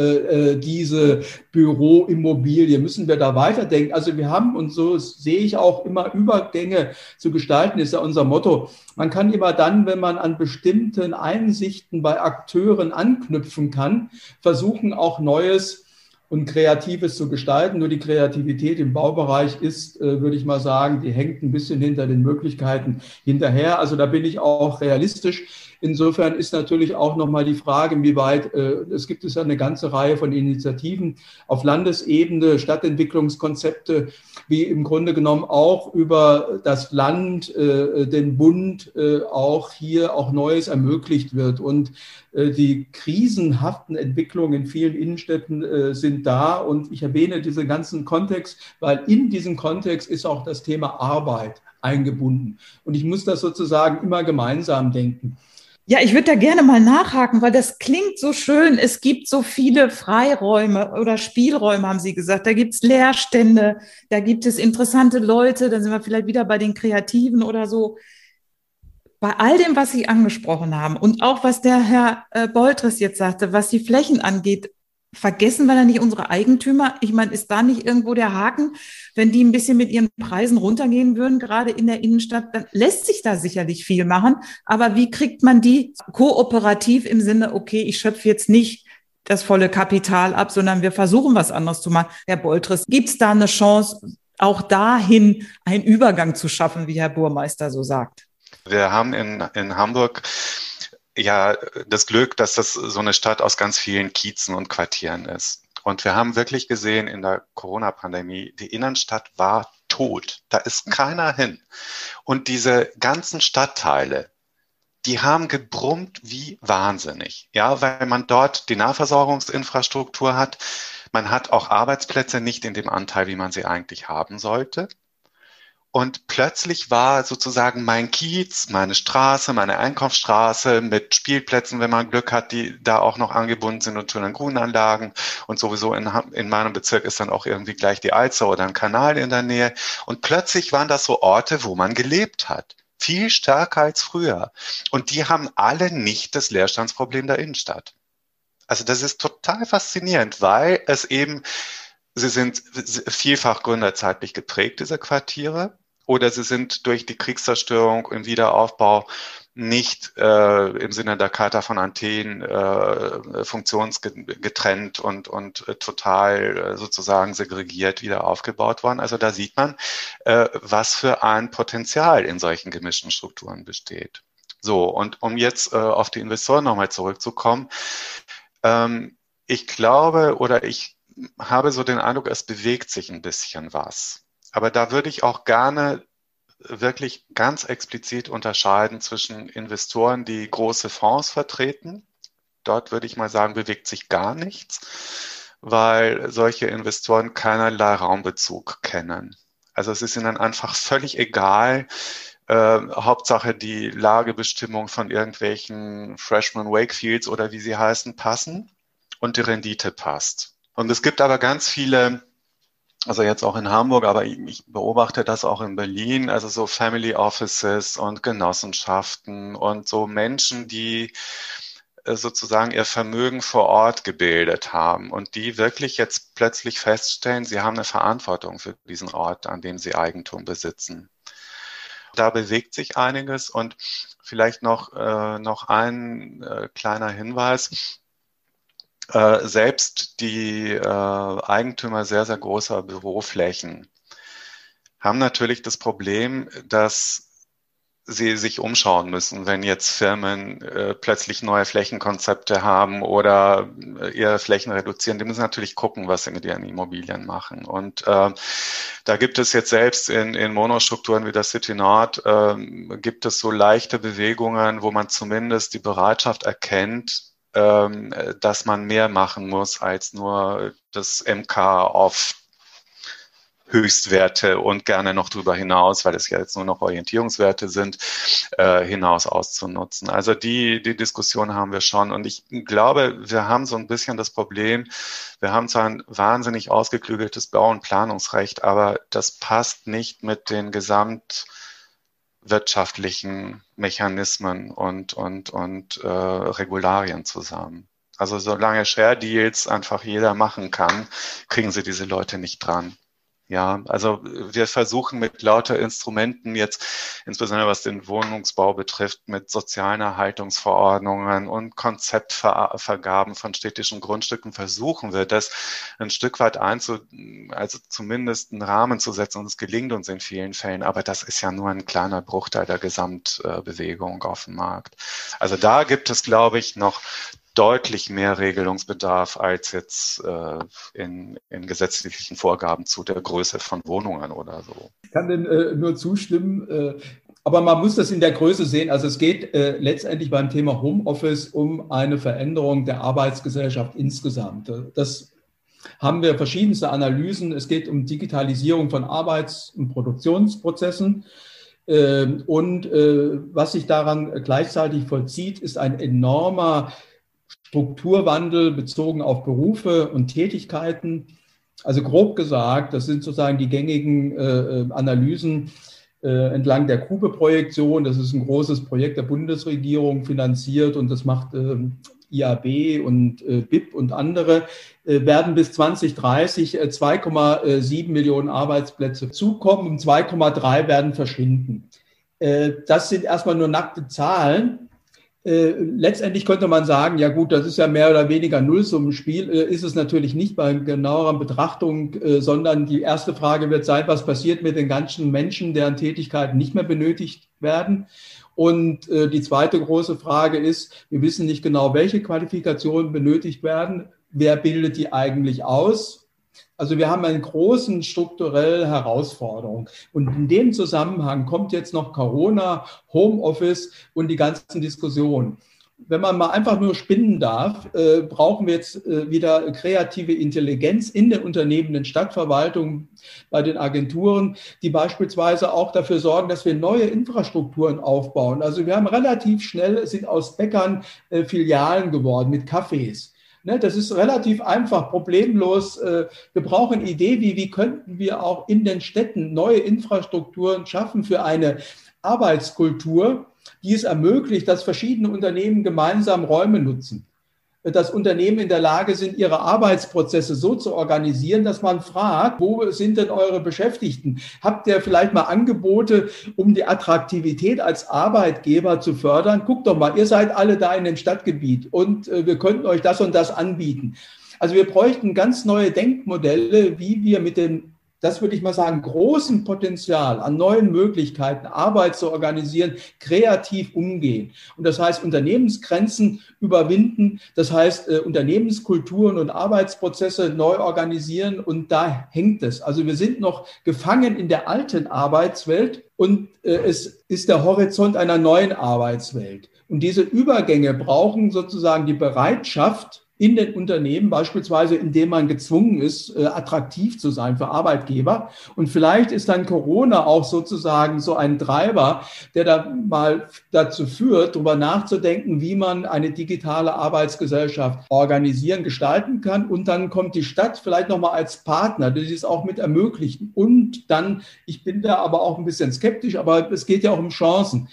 diese Büroimmobilie, müssen wir da weiterdenken? Also wir haben, und so sehe ich auch immer, Übergänge zu gestalten, ist ja unser Motto. Man kann immer dann, wenn man an bestimmten Einsichten bei Akteuren anknüpfen kann, versuchen auch Neues und Kreatives zu gestalten. Nur die Kreativität im Baubereich ist, würde ich mal sagen, die hängt ein bisschen hinter den Möglichkeiten hinterher. Also da bin ich auch realistisch. Insofern ist natürlich auch nochmal die Frage, inwieweit, es gibt ja eine ganze Reihe von Initiativen auf Landesebene, Stadtentwicklungskonzepte, wie im Grunde genommen auch über das Land, den Bund auch hier auch Neues ermöglicht wird. Und die krisenhaften Entwicklungen in vielen Innenstädten sind da. Und ich erwähne diesen ganzen Kontext, weil in diesem Kontext ist auch das Thema Arbeit eingebunden. Und ich muss das sozusagen immer gemeinsam denken. Ja, ich würde da gerne mal nachhaken, weil das klingt so schön. Es gibt so viele Freiräume oder Spielräume, haben Sie gesagt. Da gibt es Leerstände, da gibt es interessante Leute, da sind wir vielleicht wieder bei den Kreativen oder so. Bei all dem, was Sie angesprochen haben und auch was der Herr Boltres jetzt sagte, was die Flächen angeht, vergessen wir da nicht unsere Eigentümer? Ich meine, ist da nicht irgendwo der Haken? Wenn die ein bisschen mit ihren Preisen runtergehen würden, gerade in der Innenstadt, dann lässt sich da sicherlich viel machen. Aber wie kriegt man die kooperativ im Sinne, okay, ich schöpfe jetzt nicht das volle Kapital ab, sondern wir versuchen was anderes zu machen. Herr Boltres, gibt es da eine Chance, auch dahin einen Übergang zu schaffen, wie Herr Burmeister so sagt? Wir haben in Hamburg ja das Glück, dass das so eine Stadt aus ganz vielen Kiezen und Quartieren ist. Und wir haben wirklich gesehen in der Corona-Pandemie, die Innenstadt war tot. Da ist keiner hin. Und diese ganzen Stadtteile, die haben gebrummt wie wahnsinnig. Ja, weil man dort die Nahversorgungsinfrastruktur hat. Man hat auch Arbeitsplätze nicht in dem Anteil, wie man sie eigentlich haben sollte. Und plötzlich war sozusagen mein Kiez, meine Straße, meine Einkaufsstraße mit Spielplätzen, wenn man Glück hat, die da auch noch angebunden sind und zu den Grünanlagen. Und sowieso in meinem Bezirk ist dann auch irgendwie gleich die Alster oder ein Kanal in der Nähe. Und plötzlich waren das so Orte, wo man gelebt hat. Viel stärker als früher. Und die haben alle nicht das Leerstandsproblem der Innenstadt. Also das ist total faszinierend, weil es eben, sie sind vielfach gründerzeitlich geprägt, diese Quartiere. Oder sie sind durch die Kriegszerstörung im Wiederaufbau nicht im Sinne der Charta von Athen funktionsgetrennt und total sozusagen segregiert wieder aufgebaut worden. Also da sieht man, was für ein Potenzial in solchen gemischten Strukturen besteht. So, und um jetzt auf die Investoren nochmal zurückzukommen, ich glaube oder ich habe so den Eindruck, es bewegt sich ein bisschen was. Aber da würde ich auch gerne wirklich ganz explizit unterscheiden zwischen Investoren, die große Fonds vertreten. Dort würde ich mal sagen, bewegt sich gar nichts, weil solche Investoren keinerlei Raumbezug kennen. Also es ist ihnen einfach völlig egal, Hauptsache die Lagebestimmung von irgendwelchen Freshman Wakefields oder wie sie heißen, passen und die Rendite passt. Und es gibt aber ganz viele, also jetzt auch in Hamburg, aber ich beobachte das auch in Berlin, also so Family Offices und Genossenschaften und so Menschen, die sozusagen ihr Vermögen vor Ort gebildet haben und die wirklich jetzt plötzlich feststellen, sie haben eine Verantwortung für diesen Ort, an dem sie Eigentum besitzen. Da bewegt sich einiges und vielleicht noch ein kleiner Hinweis. Selbst die Eigentümer sehr, sehr großer Büroflächen haben natürlich das Problem, dass sie sich umschauen müssen, wenn jetzt Firmen plötzlich neue Flächenkonzepte haben oder ihre Flächen reduzieren. Die müssen natürlich gucken, was sie mit ihren Immobilien machen. Und da gibt es jetzt selbst in Monostrukturen wie der City Nord, gibt es so leichte Bewegungen, wo man zumindest die Bereitschaft erkennt, dass man mehr machen muss als nur das MK auf Höchstwerte und gerne noch darüber hinaus, weil es ja jetzt nur noch Orientierungswerte sind, hinaus auszunutzen. Also die Diskussion haben wir schon und ich glaube, wir haben so ein bisschen das Problem, wir haben zwar ein wahnsinnig ausgeklügeltes Bau- und Planungsrecht, aber das passt nicht mit den gesamtwirtschaftlichen Mechanismen und Regularien zusammen. Also solange Share Deals einfach jeder machen kann, kriegen sie diese Leute nicht dran. Ja, also wir versuchen mit lauter Instrumenten jetzt, insbesondere was den Wohnungsbau betrifft, mit sozialen Erhaltungsverordnungen und Konzeptvergaben von städtischen Grundstücken versuchen wir das ein Stück weit also zumindest einen Rahmen zu setzen und es gelingt uns in vielen Fällen, aber das ist ja nur ein kleiner Bruchteil der Gesamtbewegung auf dem Markt. Also da gibt es, glaube ich, noch deutlich mehr Regelungsbedarf als jetzt in gesetzlichen Vorgaben zu der Größe von Wohnungen oder so. Ich kann dem nur zustimmen, aber man muss das in der Größe sehen. Also es geht letztendlich beim Thema Homeoffice um eine Veränderung der Arbeitsgesellschaft insgesamt. Das haben wir verschiedenste Analysen. Es geht um Digitalisierung von Arbeits- und Produktionsprozessen. Und was sich daran gleichzeitig vollzieht, ist ein enormer Strukturwandel bezogen auf Berufe und Tätigkeiten. Also grob gesagt, das sind sozusagen die gängigen Analysen entlang der Kube-Projektion. Das ist ein großes Projekt der Bundesregierung finanziert und das macht IAB und BIP und andere, werden bis 2030 2,7 Millionen Arbeitsplätze zukommen und 2,3 werden verschwinden. Das sind erstmal nur nackte Zahlen. Letztendlich könnte man sagen, ja gut, das ist ja mehr oder weniger Nullsummenspiel, ist es natürlich nicht bei genauerer Betrachtung, sondern die erste Frage wird sein, was passiert mit den ganzen Menschen, deren Tätigkeiten nicht mehr benötigt werden. Und die zweite große Frage ist, wir wissen nicht genau, welche Qualifikationen benötigt werden, wer bildet die eigentlich aus? Also wir haben eine große strukturelle Herausforderung. Und in dem Zusammenhang kommt jetzt noch Corona, Homeoffice und die ganzen Diskussionen. Wenn man mal einfach nur spinnen darf, brauchen wir jetzt wieder kreative Intelligenz in den Unternehmen, den Stadtverwaltungen, bei den Agenturen, die beispielsweise auch dafür sorgen, dass wir neue Infrastrukturen aufbauen. Also wir haben relativ schnell, sind aus Bäckern Filialen geworden mit Cafés. Das ist relativ einfach, problemlos. Wir brauchen eine Idee, wie könnten wir auch in den Städten neue Infrastrukturen schaffen für eine Arbeitskultur, die es ermöglicht, dass verschiedene Unternehmen gemeinsam Räume nutzen. Dass Unternehmen in der Lage sind, ihre Arbeitsprozesse so zu organisieren, dass man fragt, wo sind denn eure Beschäftigten? Habt ihr vielleicht mal Angebote, um die Attraktivität als Arbeitgeber zu fördern? Guckt doch mal, ihr seid alle da in dem Stadtgebiet und wir könnten euch das und das anbieten. Also wir bräuchten ganz neue Denkmodelle, wie wir mit dem, das würde ich mal sagen, großen Potenzial an neuen Möglichkeiten, Arbeit zu organisieren, kreativ umgehen. Und das heißt, Unternehmensgrenzen überwinden, das heißt, Unternehmenskulturen und Arbeitsprozesse neu organisieren. Und da hängt es. Also wir sind noch gefangen in der alten Arbeitswelt und es ist der Horizont einer neuen Arbeitswelt. Und diese Übergänge brauchen sozusagen die Bereitschaft, in den Unternehmen, beispielsweise indem man gezwungen ist, attraktiv zu sein für Arbeitgeber. Und vielleicht ist dann Corona auch sozusagen so ein Treiber, der da mal dazu führt, darüber nachzudenken, wie man eine digitale Arbeitsgesellschaft organisieren, gestalten kann. Und dann kommt die Stadt vielleicht nochmal als Partner, die es auch mit ermöglicht. Und dann, ich bin da aber auch ein bisschen skeptisch, aber es geht ja auch um Chancen,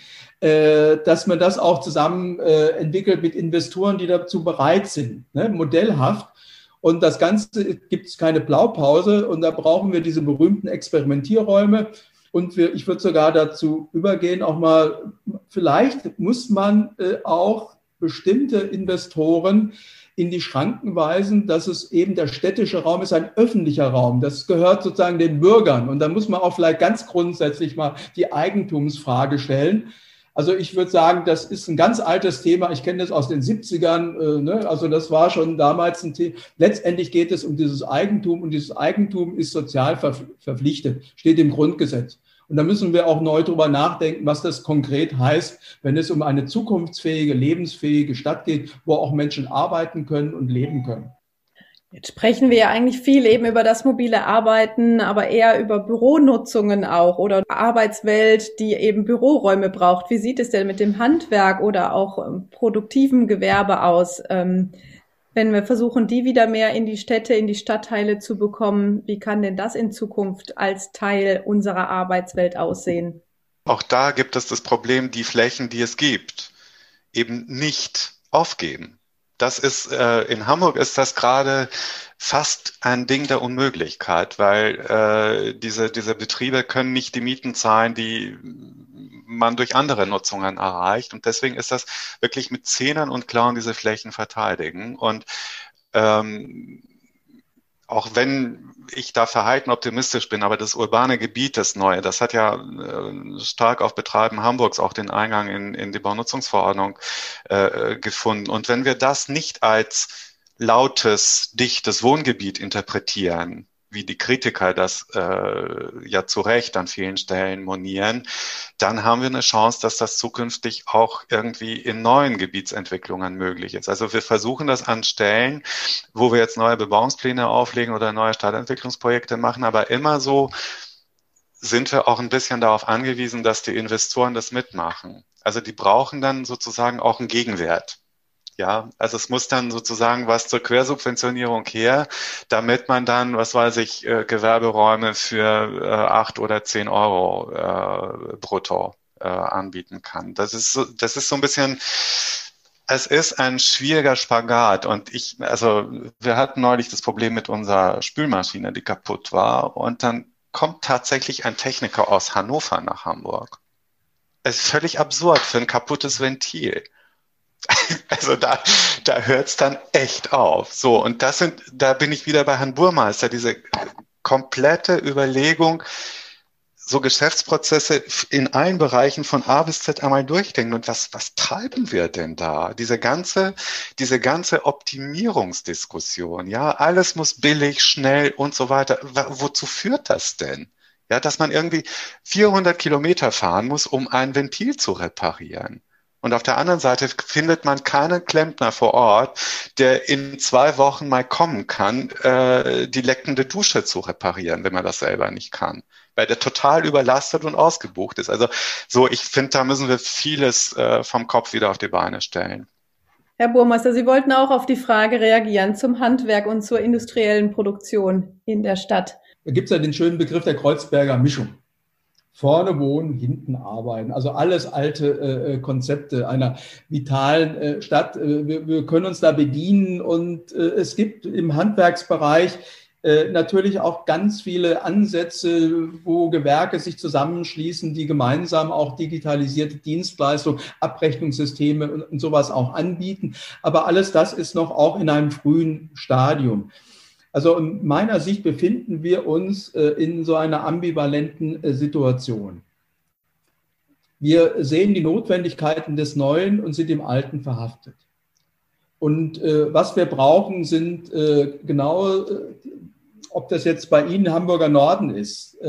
dass man das auch zusammen entwickelt mit Investoren, die dazu bereit sind, ne? Modellhaft. Und das Ganze gibt es keine Blaupause und da brauchen wir diese berühmten Experimentierräume. Und ich würde sogar dazu übergehen, auch mal, vielleicht muss man auch bestimmte Investoren in die Schranken weisen, dass es eben der städtische Raum ist, ein öffentlicher Raum. Das gehört sozusagen den Bürgern. Und da muss man auch vielleicht ganz grundsätzlich mal die Eigentumsfrage stellen. Also ich würde sagen, das ist ein ganz altes Thema. Ich kenne das aus den 70ern. Ne? Also das war schon damals ein Thema. Letztendlich geht es um dieses Eigentum und dieses Eigentum ist sozial verpflichtet, steht im Grundgesetz. Und da müssen wir auch neu drüber nachdenken, was das konkret heißt, wenn es um eine zukunftsfähige, lebensfähige Stadt geht, wo auch Menschen arbeiten können und leben können. Jetzt sprechen wir ja eigentlich viel eben über das mobile Arbeiten, aber eher über Büronutzungen auch oder Arbeitswelt, die eben Büroräume braucht. Wie sieht es denn mit dem Handwerk oder auch produktivem Gewerbe aus? Wenn wir versuchen, die wieder mehr in die Städte, in die Stadtteile zu bekommen, wie kann denn das in Zukunft als Teil unserer Arbeitswelt aussehen? Auch da gibt es das Problem, die Flächen, die es gibt, eben nicht aufgeben. Das ist, in Hamburg ist das gerade fast ein Ding der Unmöglichkeit, weil diese Betriebe können nicht die Mieten zahlen, die man durch andere Nutzungen erreicht. Und deswegen ist das wirklich mit Zähnen und Klauen diese Flächen verteidigen. Und auch wenn ich da verhalten optimistisch bin, aber das urbane Gebiet, das Neue, das hat ja stark auf Betreiben Hamburgs auch den Eingang in die Baunutzungsverordnung gefunden. Und wenn wir das nicht als lautes, dichtes Wohngebiet interpretieren, wie die Kritiker das ja zu Recht an vielen Stellen monieren, dann haben wir eine Chance, dass das zukünftig auch irgendwie in neuen Gebietsentwicklungen möglich ist. Also wir versuchen das an Stellen, wo wir jetzt neue Bebauungspläne auflegen oder neue Stadtentwicklungsprojekte machen, aber immer so sind wir auch ein bisschen darauf angewiesen, dass die Investoren das mitmachen. Also die brauchen dann sozusagen auch einen Gegenwert. Ja, also es muss dann sozusagen was zur Quersubventionierung her, damit man dann, was weiß ich, Gewerberäume für 8 oder 10 Euro brutto anbieten kann. Das ist so ein bisschen Es ist ein schwieriger Spagat und wir hatten neulich das Problem mit unserer Spülmaschine, die kaputt war, und dann kommt tatsächlich ein Techniker aus Hannover nach Hamburg. Es ist völlig absurd für ein kaputtes Ventil. Also da hört es dann echt auf. So, und da bin ich wieder bei Herrn Burmeister, diese komplette Überlegung, so Geschäftsprozesse in allen Bereichen von A bis Z einmal durchdenken. Und was treiben wir denn da? Diese ganze Optimierungsdiskussion, ja, alles muss billig, schnell und so weiter. Wozu führt das denn? Ja, dass man irgendwie 400 Kilometer fahren muss, um ein Ventil zu reparieren. Und auf der anderen Seite findet man keinen Klempner vor Ort, der in 2 Wochen mal kommen kann, die leckende Dusche zu reparieren, wenn man das selber nicht kann, weil der total überlastet und ausgebucht ist. Also so, ich finde, da müssen wir vieles vom Kopf wieder auf die Beine stellen. Herr Burmeister, Sie wollten auch auf die Frage reagieren zum Handwerk und zur industriellen Produktion in der Stadt. Da gibt es ja den schönen Begriff der Kreuzberger Mischung. Vorne wohnen, hinten arbeiten. Also alles alte Konzepte einer vitalen Stadt. Wir können uns da bedienen und es gibt im Handwerksbereich natürlich auch ganz viele Ansätze, wo Gewerke sich zusammenschließen, die gemeinsam auch digitalisierte Dienstleistungen, Abrechnungssysteme und sowas auch anbieten. Aber alles das ist noch auch in einem frühen Stadium. Also in meiner Sicht befinden wir uns in so einer ambivalenten Situation. Wir sehen die Notwendigkeiten des Neuen und sind im Alten verhaftet. Und was wir brauchen, sind ob das jetzt bei Ihnen Hamburger Norden ist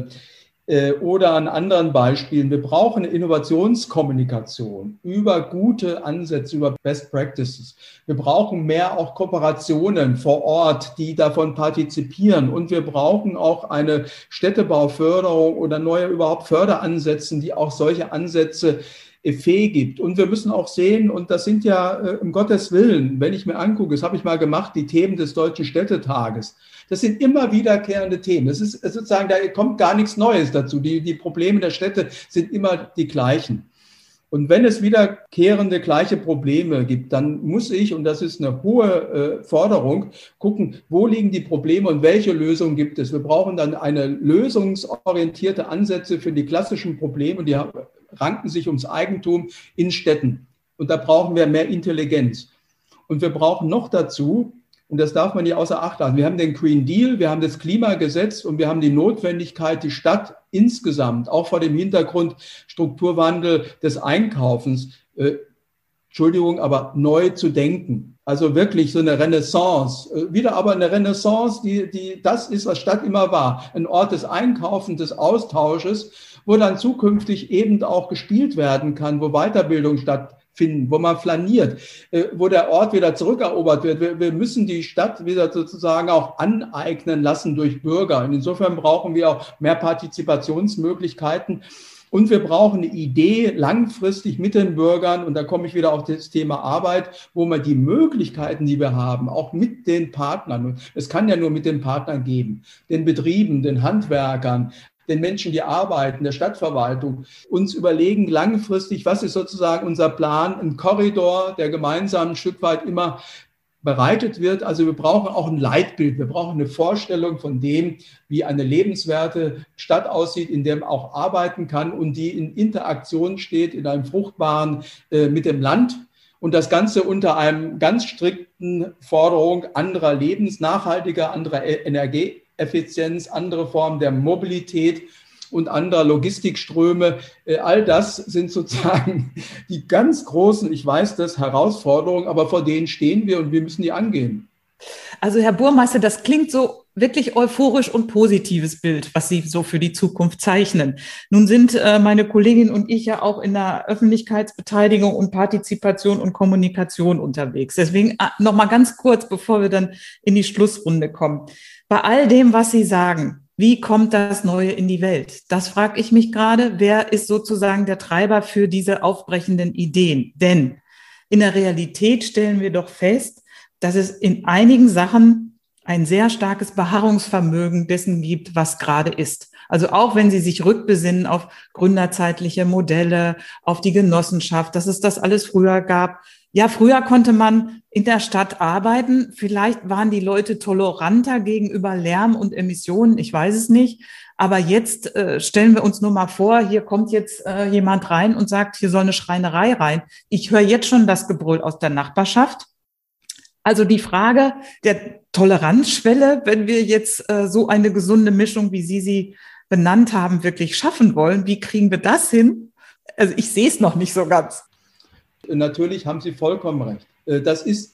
oder an anderen Beispielen, wir brauchen eine Innovationskommunikation über gute Ansätze, über Best Practices. Wir brauchen mehr auch Kooperationen vor Ort, die davon partizipieren. Und wir brauchen auch eine Städtebauförderung oder neue überhaupt Förderansätze, die auch solche Ansätze Effet gibt. Und wir müssen auch sehen, und das sind ja um Gottes Willen, wenn ich mir angucke, das habe ich mal gemacht, die Themen des Deutschen Städtetages. Das sind immer wiederkehrende Themen. Das ist sozusagen, da kommt gar nichts Neues dazu. Die Probleme der Städte sind immer die gleichen. Und wenn es wiederkehrende gleiche Probleme gibt, dann muss ich, und das ist eine hohe Forderung, gucken, wo liegen die Probleme und welche Lösungen gibt es. Wir brauchen dann eine lösungsorientierte Ansätze für die klassischen Probleme, die ranken sich ums Eigentum in Städten. Und da brauchen wir mehr Intelligenz. Und wir brauchen noch dazu, und das darf man nicht außer Acht lassen, wir haben den Green Deal, wir haben das Klimagesetz und wir haben die Notwendigkeit, die Stadt insgesamt, auch vor dem Hintergrund Strukturwandel des Einkaufens, aber neu zu denken. Also wirklich so eine Renaissance, wieder aber eine Renaissance, die das ist, was Stadt immer war. Ein Ort des Einkaufens, des Austausches, wo dann zukünftig eben auch gespielt werden kann, wo Weiterbildung stattfinden, wo man flaniert, wo der Ort wieder zurückerobert wird. Wir müssen die Stadt wieder sozusagen auch aneignen lassen durch Bürger. Und insofern brauchen wir auch mehr Partizipationsmöglichkeiten. Und wir brauchen eine Idee langfristig mit den Bürgern, und da komme ich wieder auf das Thema Arbeit, wo man die Möglichkeiten, die wir haben, auch mit den Partnern, es kann ja nur mit den Partnern geben, den Betrieben, den Handwerkern, den Menschen, die arbeiten, der Stadtverwaltung, uns überlegen langfristig, was ist sozusagen unser Plan, ein Korridor, der gemeinsam ein Stück weit immer bereitet wird. Also wir brauchen auch ein Leitbild, wir brauchen eine Vorstellung von dem, wie eine lebenswerte Stadt aussieht, in der man auch arbeiten kann und die in Interaktion steht, in einem fruchtbaren mit dem Land. Und das Ganze unter einem ganz strikten Forderung anderer nachhaltiger, anderer Energieeffizienz, andere Formen der Mobilität und anderer Logistikströme. All das sind sozusagen die ganz großen, ich weiß das, Herausforderungen, aber vor denen stehen wir und wir müssen die angehen. Also Herr Burmeister, das klingt so wirklich euphorisch und positives Bild, was Sie so für die Zukunft zeichnen. Nun sind meine Kollegin und ich ja auch in der Öffentlichkeitsbeteiligung und Partizipation und Kommunikation unterwegs. Deswegen noch mal ganz kurz, bevor wir dann in die Schlussrunde kommen. Bei all dem, was Sie sagen, wie kommt das Neue in die Welt? Das frage ich mich gerade. Wer ist sozusagen der Treiber für diese aufbrechenden Ideen? Denn in der Realität stellen wir doch fest, dass es in einigen Sachen ein sehr starkes Beharrungsvermögen dessen gibt, was gerade ist. Also auch wenn Sie sich rückbesinnen auf gründerzeitliche Modelle, auf die Genossenschaft, dass es das alles früher gab. Ja, früher konnte man in der Stadt arbeiten. Vielleicht waren die Leute toleranter gegenüber Lärm und Emissionen. Ich weiß es nicht. Aber jetzt stellen wir uns nur mal vor, hier kommt jetzt jemand rein und sagt, hier soll eine Schreinerei rein. Ich höre jetzt schon das Gebrüll aus der Nachbarschaft. Also die Frage der Toleranzschwelle, wenn wir jetzt so eine gesunde Mischung, wie sie benannt haben, wirklich schaffen wollen, wie kriegen wir das hin? Also ich sehe es noch nicht so ganz. Natürlich haben Sie vollkommen recht. Das ist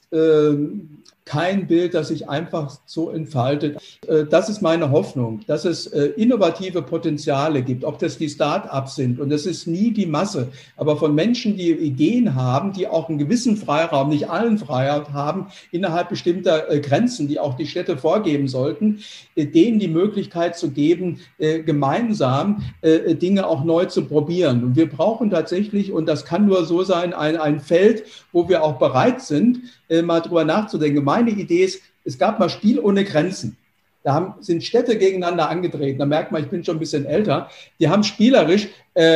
kein Bild, das sich einfach so entfaltet. Das ist meine Hoffnung, dass es innovative Potenziale gibt, ob das die Start-ups sind. Und das ist nie die Masse, aber von Menschen, die Ideen haben, die auch einen gewissen Freiraum, nicht allen Freiheit haben, innerhalb bestimmter Grenzen, die auch die Städte vorgeben sollten, denen die Möglichkeit zu geben, gemeinsam Dinge auch neu zu probieren. Und wir brauchen tatsächlich, und das kann nur so sein, ein Feld, wo wir auch bereit sind, mal drüber nachzudenken. Meine Idee ist, es gab mal Spiel ohne Grenzen. Sind Städte gegeneinander angetreten. Da merkt man, ich bin schon ein bisschen älter. Die haben spielerisch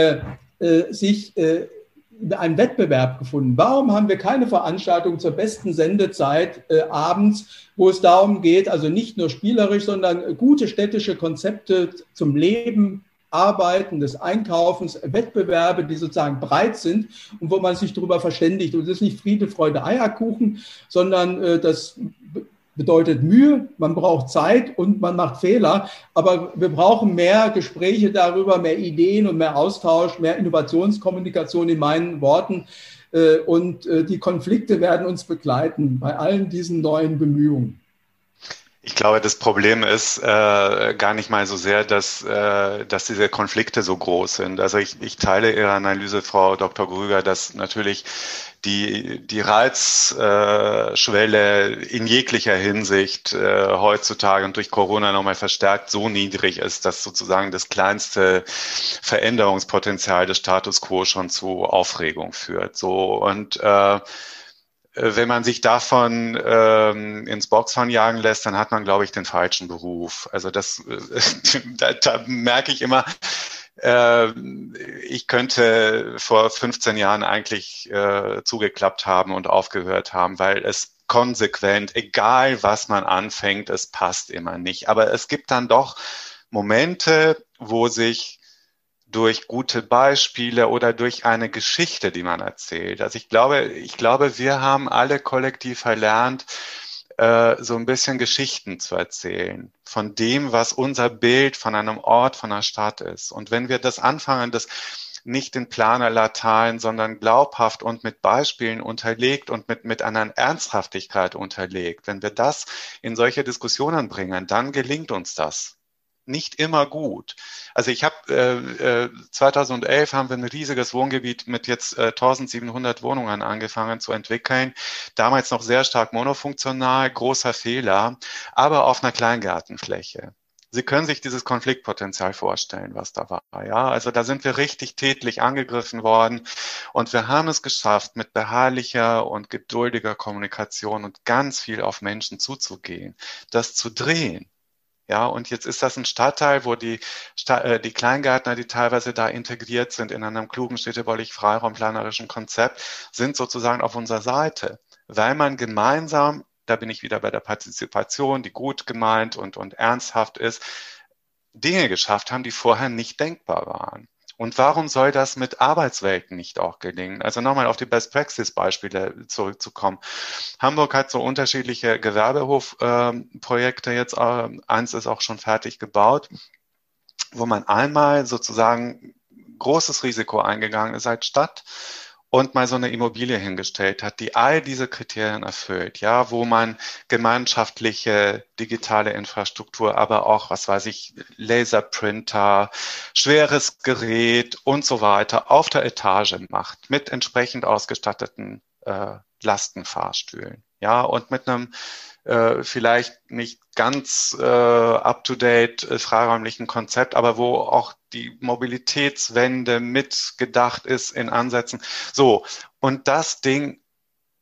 sich einen Wettbewerb gefunden. Warum haben wir keine Veranstaltung zur besten Sendezeit abends, wo es darum geht, also nicht nur spielerisch, sondern gute städtische Konzepte zum Leben, Arbeiten, des Einkaufens, Wettbewerbe, die sozusagen breit sind und wo man sich darüber verständigt. Und das ist nicht Friede, Freude, Eierkuchen, sondern das bedeutet Mühe, man braucht Zeit und man macht Fehler. Aber wir brauchen mehr Gespräche darüber, mehr Ideen und mehr Austausch, mehr Innovationskommunikation in meinen Worten. Und die Konflikte werden uns begleiten bei allen diesen neuen Bemühungen. Ich glaube, das Problem ist gar nicht mal so sehr, dass diese Konflikte so groß sind. Also ich teile Ihre Analyse, Frau Dr. Grüger, dass natürlich die Reizschwelle in jeglicher Hinsicht heutzutage und durch Corona nochmal verstärkt so niedrig ist, dass sozusagen das kleinste Veränderungspotenzial des Status quo schon zu Aufregung führt. So und wenn man sich davon ins Boxhorn jagen lässt, dann hat man, glaube ich, den falschen Beruf. Also da merke ich immer, ich könnte vor 15 Jahren eigentlich zugeklappt haben und aufgehört haben, weil es konsequent, egal was man anfängt, es passt immer nicht. Aber es gibt dann doch Momente, wo sich durch gute Beispiele oder durch eine Geschichte, die man erzählt. Also ich glaube, wir haben alle kollektiv verlernt, so ein bisschen Geschichten zu erzählen von dem, was unser Bild von einem Ort, von einer Stadt ist. Und wenn wir das anfangen, das nicht in Planerlatein, sondern glaubhaft und mit Beispielen unterlegt und mit einer Ernsthaftigkeit unterlegt, wenn wir das in solche Diskussionen bringen, dann gelingt uns das. Nicht immer gut. Also ich habe 2011 haben wir ein riesiges Wohngebiet mit jetzt 1700 Wohnungen angefangen zu entwickeln. Damals noch sehr stark monofunktional, großer Fehler, aber auf einer Kleingartenfläche. Sie können sich dieses Konfliktpotenzial vorstellen, was da war. Ja, also da sind wir richtig tätlich angegriffen worden und wir haben es geschafft, mit beharrlicher und geduldiger Kommunikation und ganz viel auf Menschen zuzugehen, das zu drehen. Ja, und jetzt ist das ein Stadtteil, wo die Kleingärtner, die teilweise da integriert sind in einem klugen städtebaulich freiraumplanerischen Konzept, sind sozusagen auf unserer Seite, weil man gemeinsam, da bin ich wieder bei der Partizipation, die gut gemeint und ernsthaft ist, Dinge geschafft haben, die vorher nicht denkbar waren. Und warum soll das mit Arbeitswelten nicht auch gelingen? Also nochmal auf die Best-Practice-Beispiele zurückzukommen. Hamburg hat so unterschiedliche Gewerbehofprojekte jetzt. Eins ist auch schon fertig gebaut, wo man einmal sozusagen großes Risiko eingegangen ist als Stadt und mal so eine Immobilie hingestellt hat, die all diese Kriterien erfüllt, ja, wo man gemeinschaftliche digitale Infrastruktur, aber auch, was weiß ich, Laserprinter, schweres Gerät und so weiter auf der Etage macht, mit entsprechend ausgestatteten Lastenfahrstühlen, ja, und mit einem vielleicht nicht ganz up-to-date freiräumlichen Konzept, aber wo auch die Mobilitätswende mitgedacht ist in Ansätzen. So, und das Ding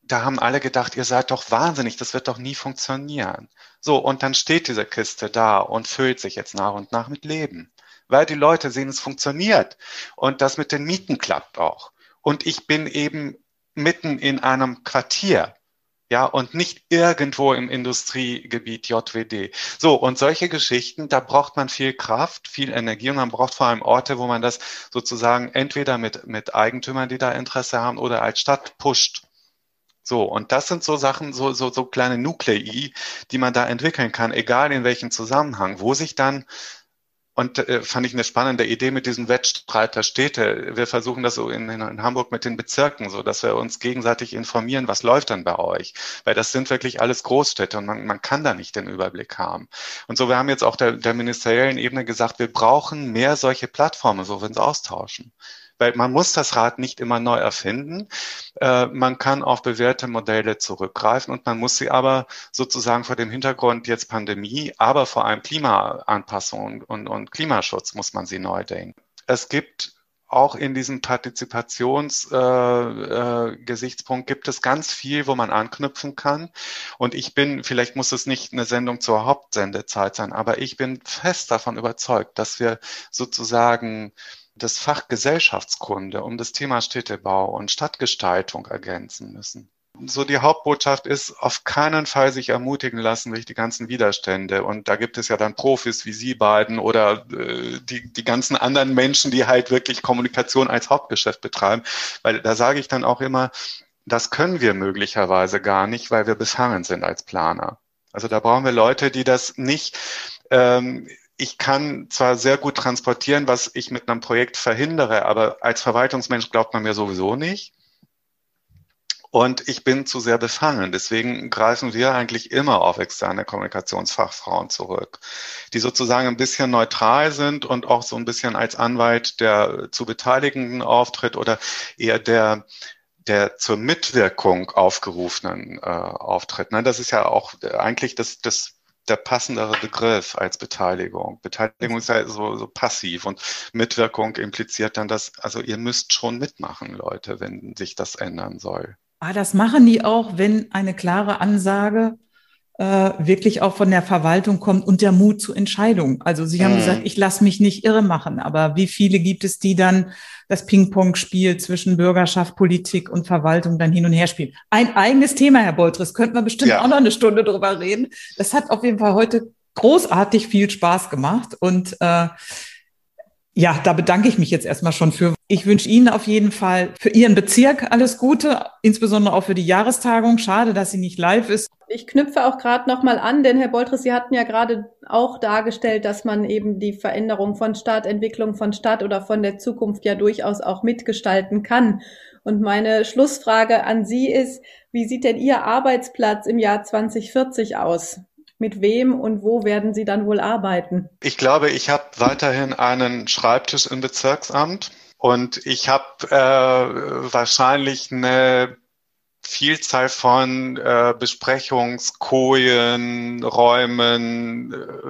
da haben alle gedacht, ihr seid doch wahnsinnig, das wird doch nie funktionieren. So, und dann steht diese Kiste da und füllt sich jetzt nach und nach mit Leben, weil die Leute sehen, es funktioniert und das mit den Mieten klappt auch. Und ich bin eben mitten in einem Quartier, ja, und nicht irgendwo im Industriegebiet JWD. So, und solche Geschichten, da braucht man viel Kraft, viel Energie und man braucht vor allem Orte, wo man das sozusagen entweder mit Eigentümern, die da Interesse haben, oder als Stadt pusht. So, und das sind so Sachen, so kleine Nuklei, die man da entwickeln kann, egal in welchem Zusammenhang, wo sich dann, und fand ich eine spannende Idee mit diesem Wettstreit der Städte. Wir versuchen das so in Hamburg mit den Bezirken, so dass wir uns gegenseitig informieren, was läuft dann bei euch? Weil das sind wirklich alles Großstädte und man kann da nicht den Überblick haben. Und so, wir haben jetzt auch der ministeriellen Ebene gesagt, wir brauchen mehr solche Plattformen, wo wir uns austauschen. Weil man muss das Rad nicht immer neu erfinden. Man kann auf bewährte Modelle zurückgreifen und man muss sie aber sozusagen vor dem Hintergrund jetzt Pandemie, aber vor allem Klimaanpassung und Klimaschutz muss man sie neu denken. Es gibt auch in diesem Partizipationsgesichtspunkt gibt es ganz viel, wo man anknüpfen kann. Und vielleicht muss es nicht eine Sendung zur Hauptsendezeit sein, aber ich bin fest davon überzeugt, dass wir sozusagen das Fach Gesellschaftskunde um das Thema Städtebau und Stadtgestaltung ergänzen müssen. So, die Hauptbotschaft ist, auf keinen Fall sich ermutigen lassen durch die ganzen Widerstände. Und da gibt es ja dann Profis wie Sie beiden oder die ganzen anderen Menschen, die halt wirklich Kommunikation als Hauptgeschäft betreiben. Weil da sage ich dann auch immer, das können wir möglicherweise gar nicht, weil wir befangen sind als Planer. Also da brauchen wir Leute, die das nicht... Ich kann zwar sehr gut transportieren, was ich mit einem Projekt verhindere, aber als Verwaltungsmensch glaubt man mir sowieso nicht. Und ich bin zu sehr befangen. Deswegen greifen wir eigentlich immer auf externe Kommunikationsfachfrauen zurück, die sozusagen ein bisschen neutral sind und auch so ein bisschen als Anwalt der zu Beteiligenden auftritt oder eher der zur Mitwirkung aufgerufenen auftritt. Das ist ja auch eigentlich der passendere Begriff als Beteiligung. Beteiligung ist ja so passiv und Mitwirkung impliziert dann also ihr müsst schon mitmachen, Leute, wenn sich das ändern soll. Das machen die auch, wenn eine klare Ansage wirklich auch von der Verwaltung kommt und der Mut zur Entscheidung. Also Sie haben gesagt, ich lasse mich nicht irre machen, aber wie viele gibt es, die dann das Ping-Pong-Spiel zwischen Bürgerschaft, Politik und Verwaltung dann hin und her spielen? Ein eigenes Thema, Herr Boltres, könnten wir bestimmt auch noch eine Stunde drüber reden. Das hat auf jeden Fall heute großartig viel Spaß gemacht und ja, da bedanke ich mich jetzt erstmal schon für. Ich wünsche Ihnen auf jeden Fall für Ihren Bezirk alles Gute, insbesondere auch für die Jahrestagung. Schade, dass sie nicht live ist. Ich knüpfe auch gerade nochmal an, denn Herr Boltres, Sie hatten ja gerade auch dargestellt, dass man eben die Veränderung von Stadt, Entwicklung von Stadt oder von der Zukunft ja durchaus auch mitgestalten kann. Und meine Schlussfrage an Sie ist, wie sieht denn Ihr Arbeitsplatz im Jahr 2040 aus? Mit wem und wo werden Sie dann wohl arbeiten? Ich glaube, ich habe weiterhin einen Schreibtisch im Bezirksamt und ich habe wahrscheinlich eine Vielzahl von Besprechungskojen, Räumen,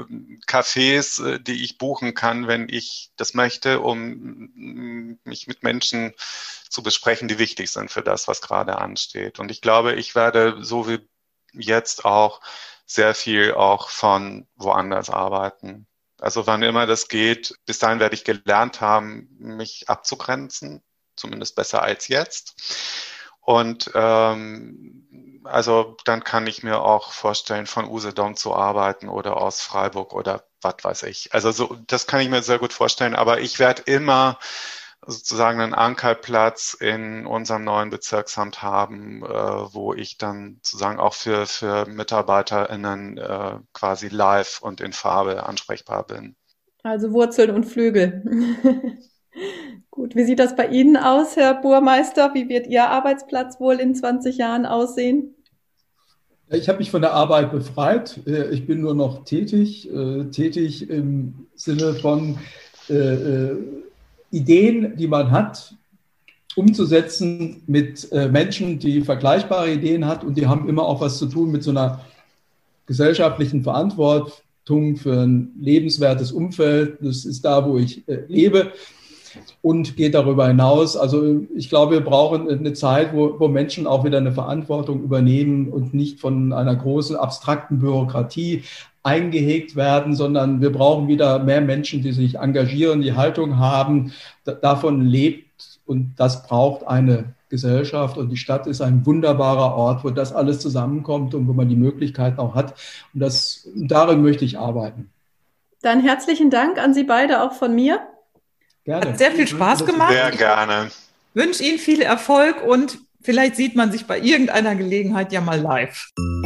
Cafés, die ich buchen kann, wenn ich das möchte, um mich mit Menschen zu besprechen, die wichtig sind für das, was gerade ansteht. Und ich glaube, ich werde so wie jetzt auch sehr viel auch von woanders arbeiten. Also wann immer das geht, bis dahin werde ich gelernt haben, mich abzugrenzen, zumindest besser als jetzt. Und also dann kann ich mir auch vorstellen, von Usedom zu arbeiten oder aus Freiburg oder was weiß ich. Also so, das kann ich mir sehr gut vorstellen, aber ich werde immer sozusagen einen Ankerplatz in unserem neuen Bezirksamt haben, wo ich dann sozusagen auch für MitarbeiterInnen quasi live und in Farbe ansprechbar bin. Also Wurzeln und Flügel. Gut, wie sieht das bei Ihnen aus, Herr Burmeister? Wie wird Ihr Arbeitsplatz wohl in 20 Jahren aussehen? Ich habe mich von der Arbeit befreit. Ich bin nur noch tätig im Sinne von Ideen, die man hat, umzusetzen mit Menschen, die vergleichbare Ideen hat und die haben immer auch was zu tun mit so einer gesellschaftlichen Verantwortung für ein lebenswertes Umfeld. Das ist da, wo ich lebe. und geht darüber hinaus. Also ich glaube, wir brauchen eine Zeit, wo Menschen auch wieder eine Verantwortung übernehmen und nicht von einer großen abstrakten Bürokratie eingehegt werden, sondern wir brauchen wieder mehr Menschen, die sich engagieren, die Haltung haben, davon lebt, und das braucht eine Gesellschaft, und die Stadt ist ein wunderbarer Ort, wo das alles zusammenkommt und wo man die Möglichkeiten auch hat, und darin möchte ich arbeiten. Dann herzlichen Dank an Sie beide auch von mir. Gerne. Hat sehr viel Spaß gemacht. Sehr gerne. Ich wünsche Ihnen viel Erfolg und vielleicht sieht man sich bei irgendeiner Gelegenheit ja mal live.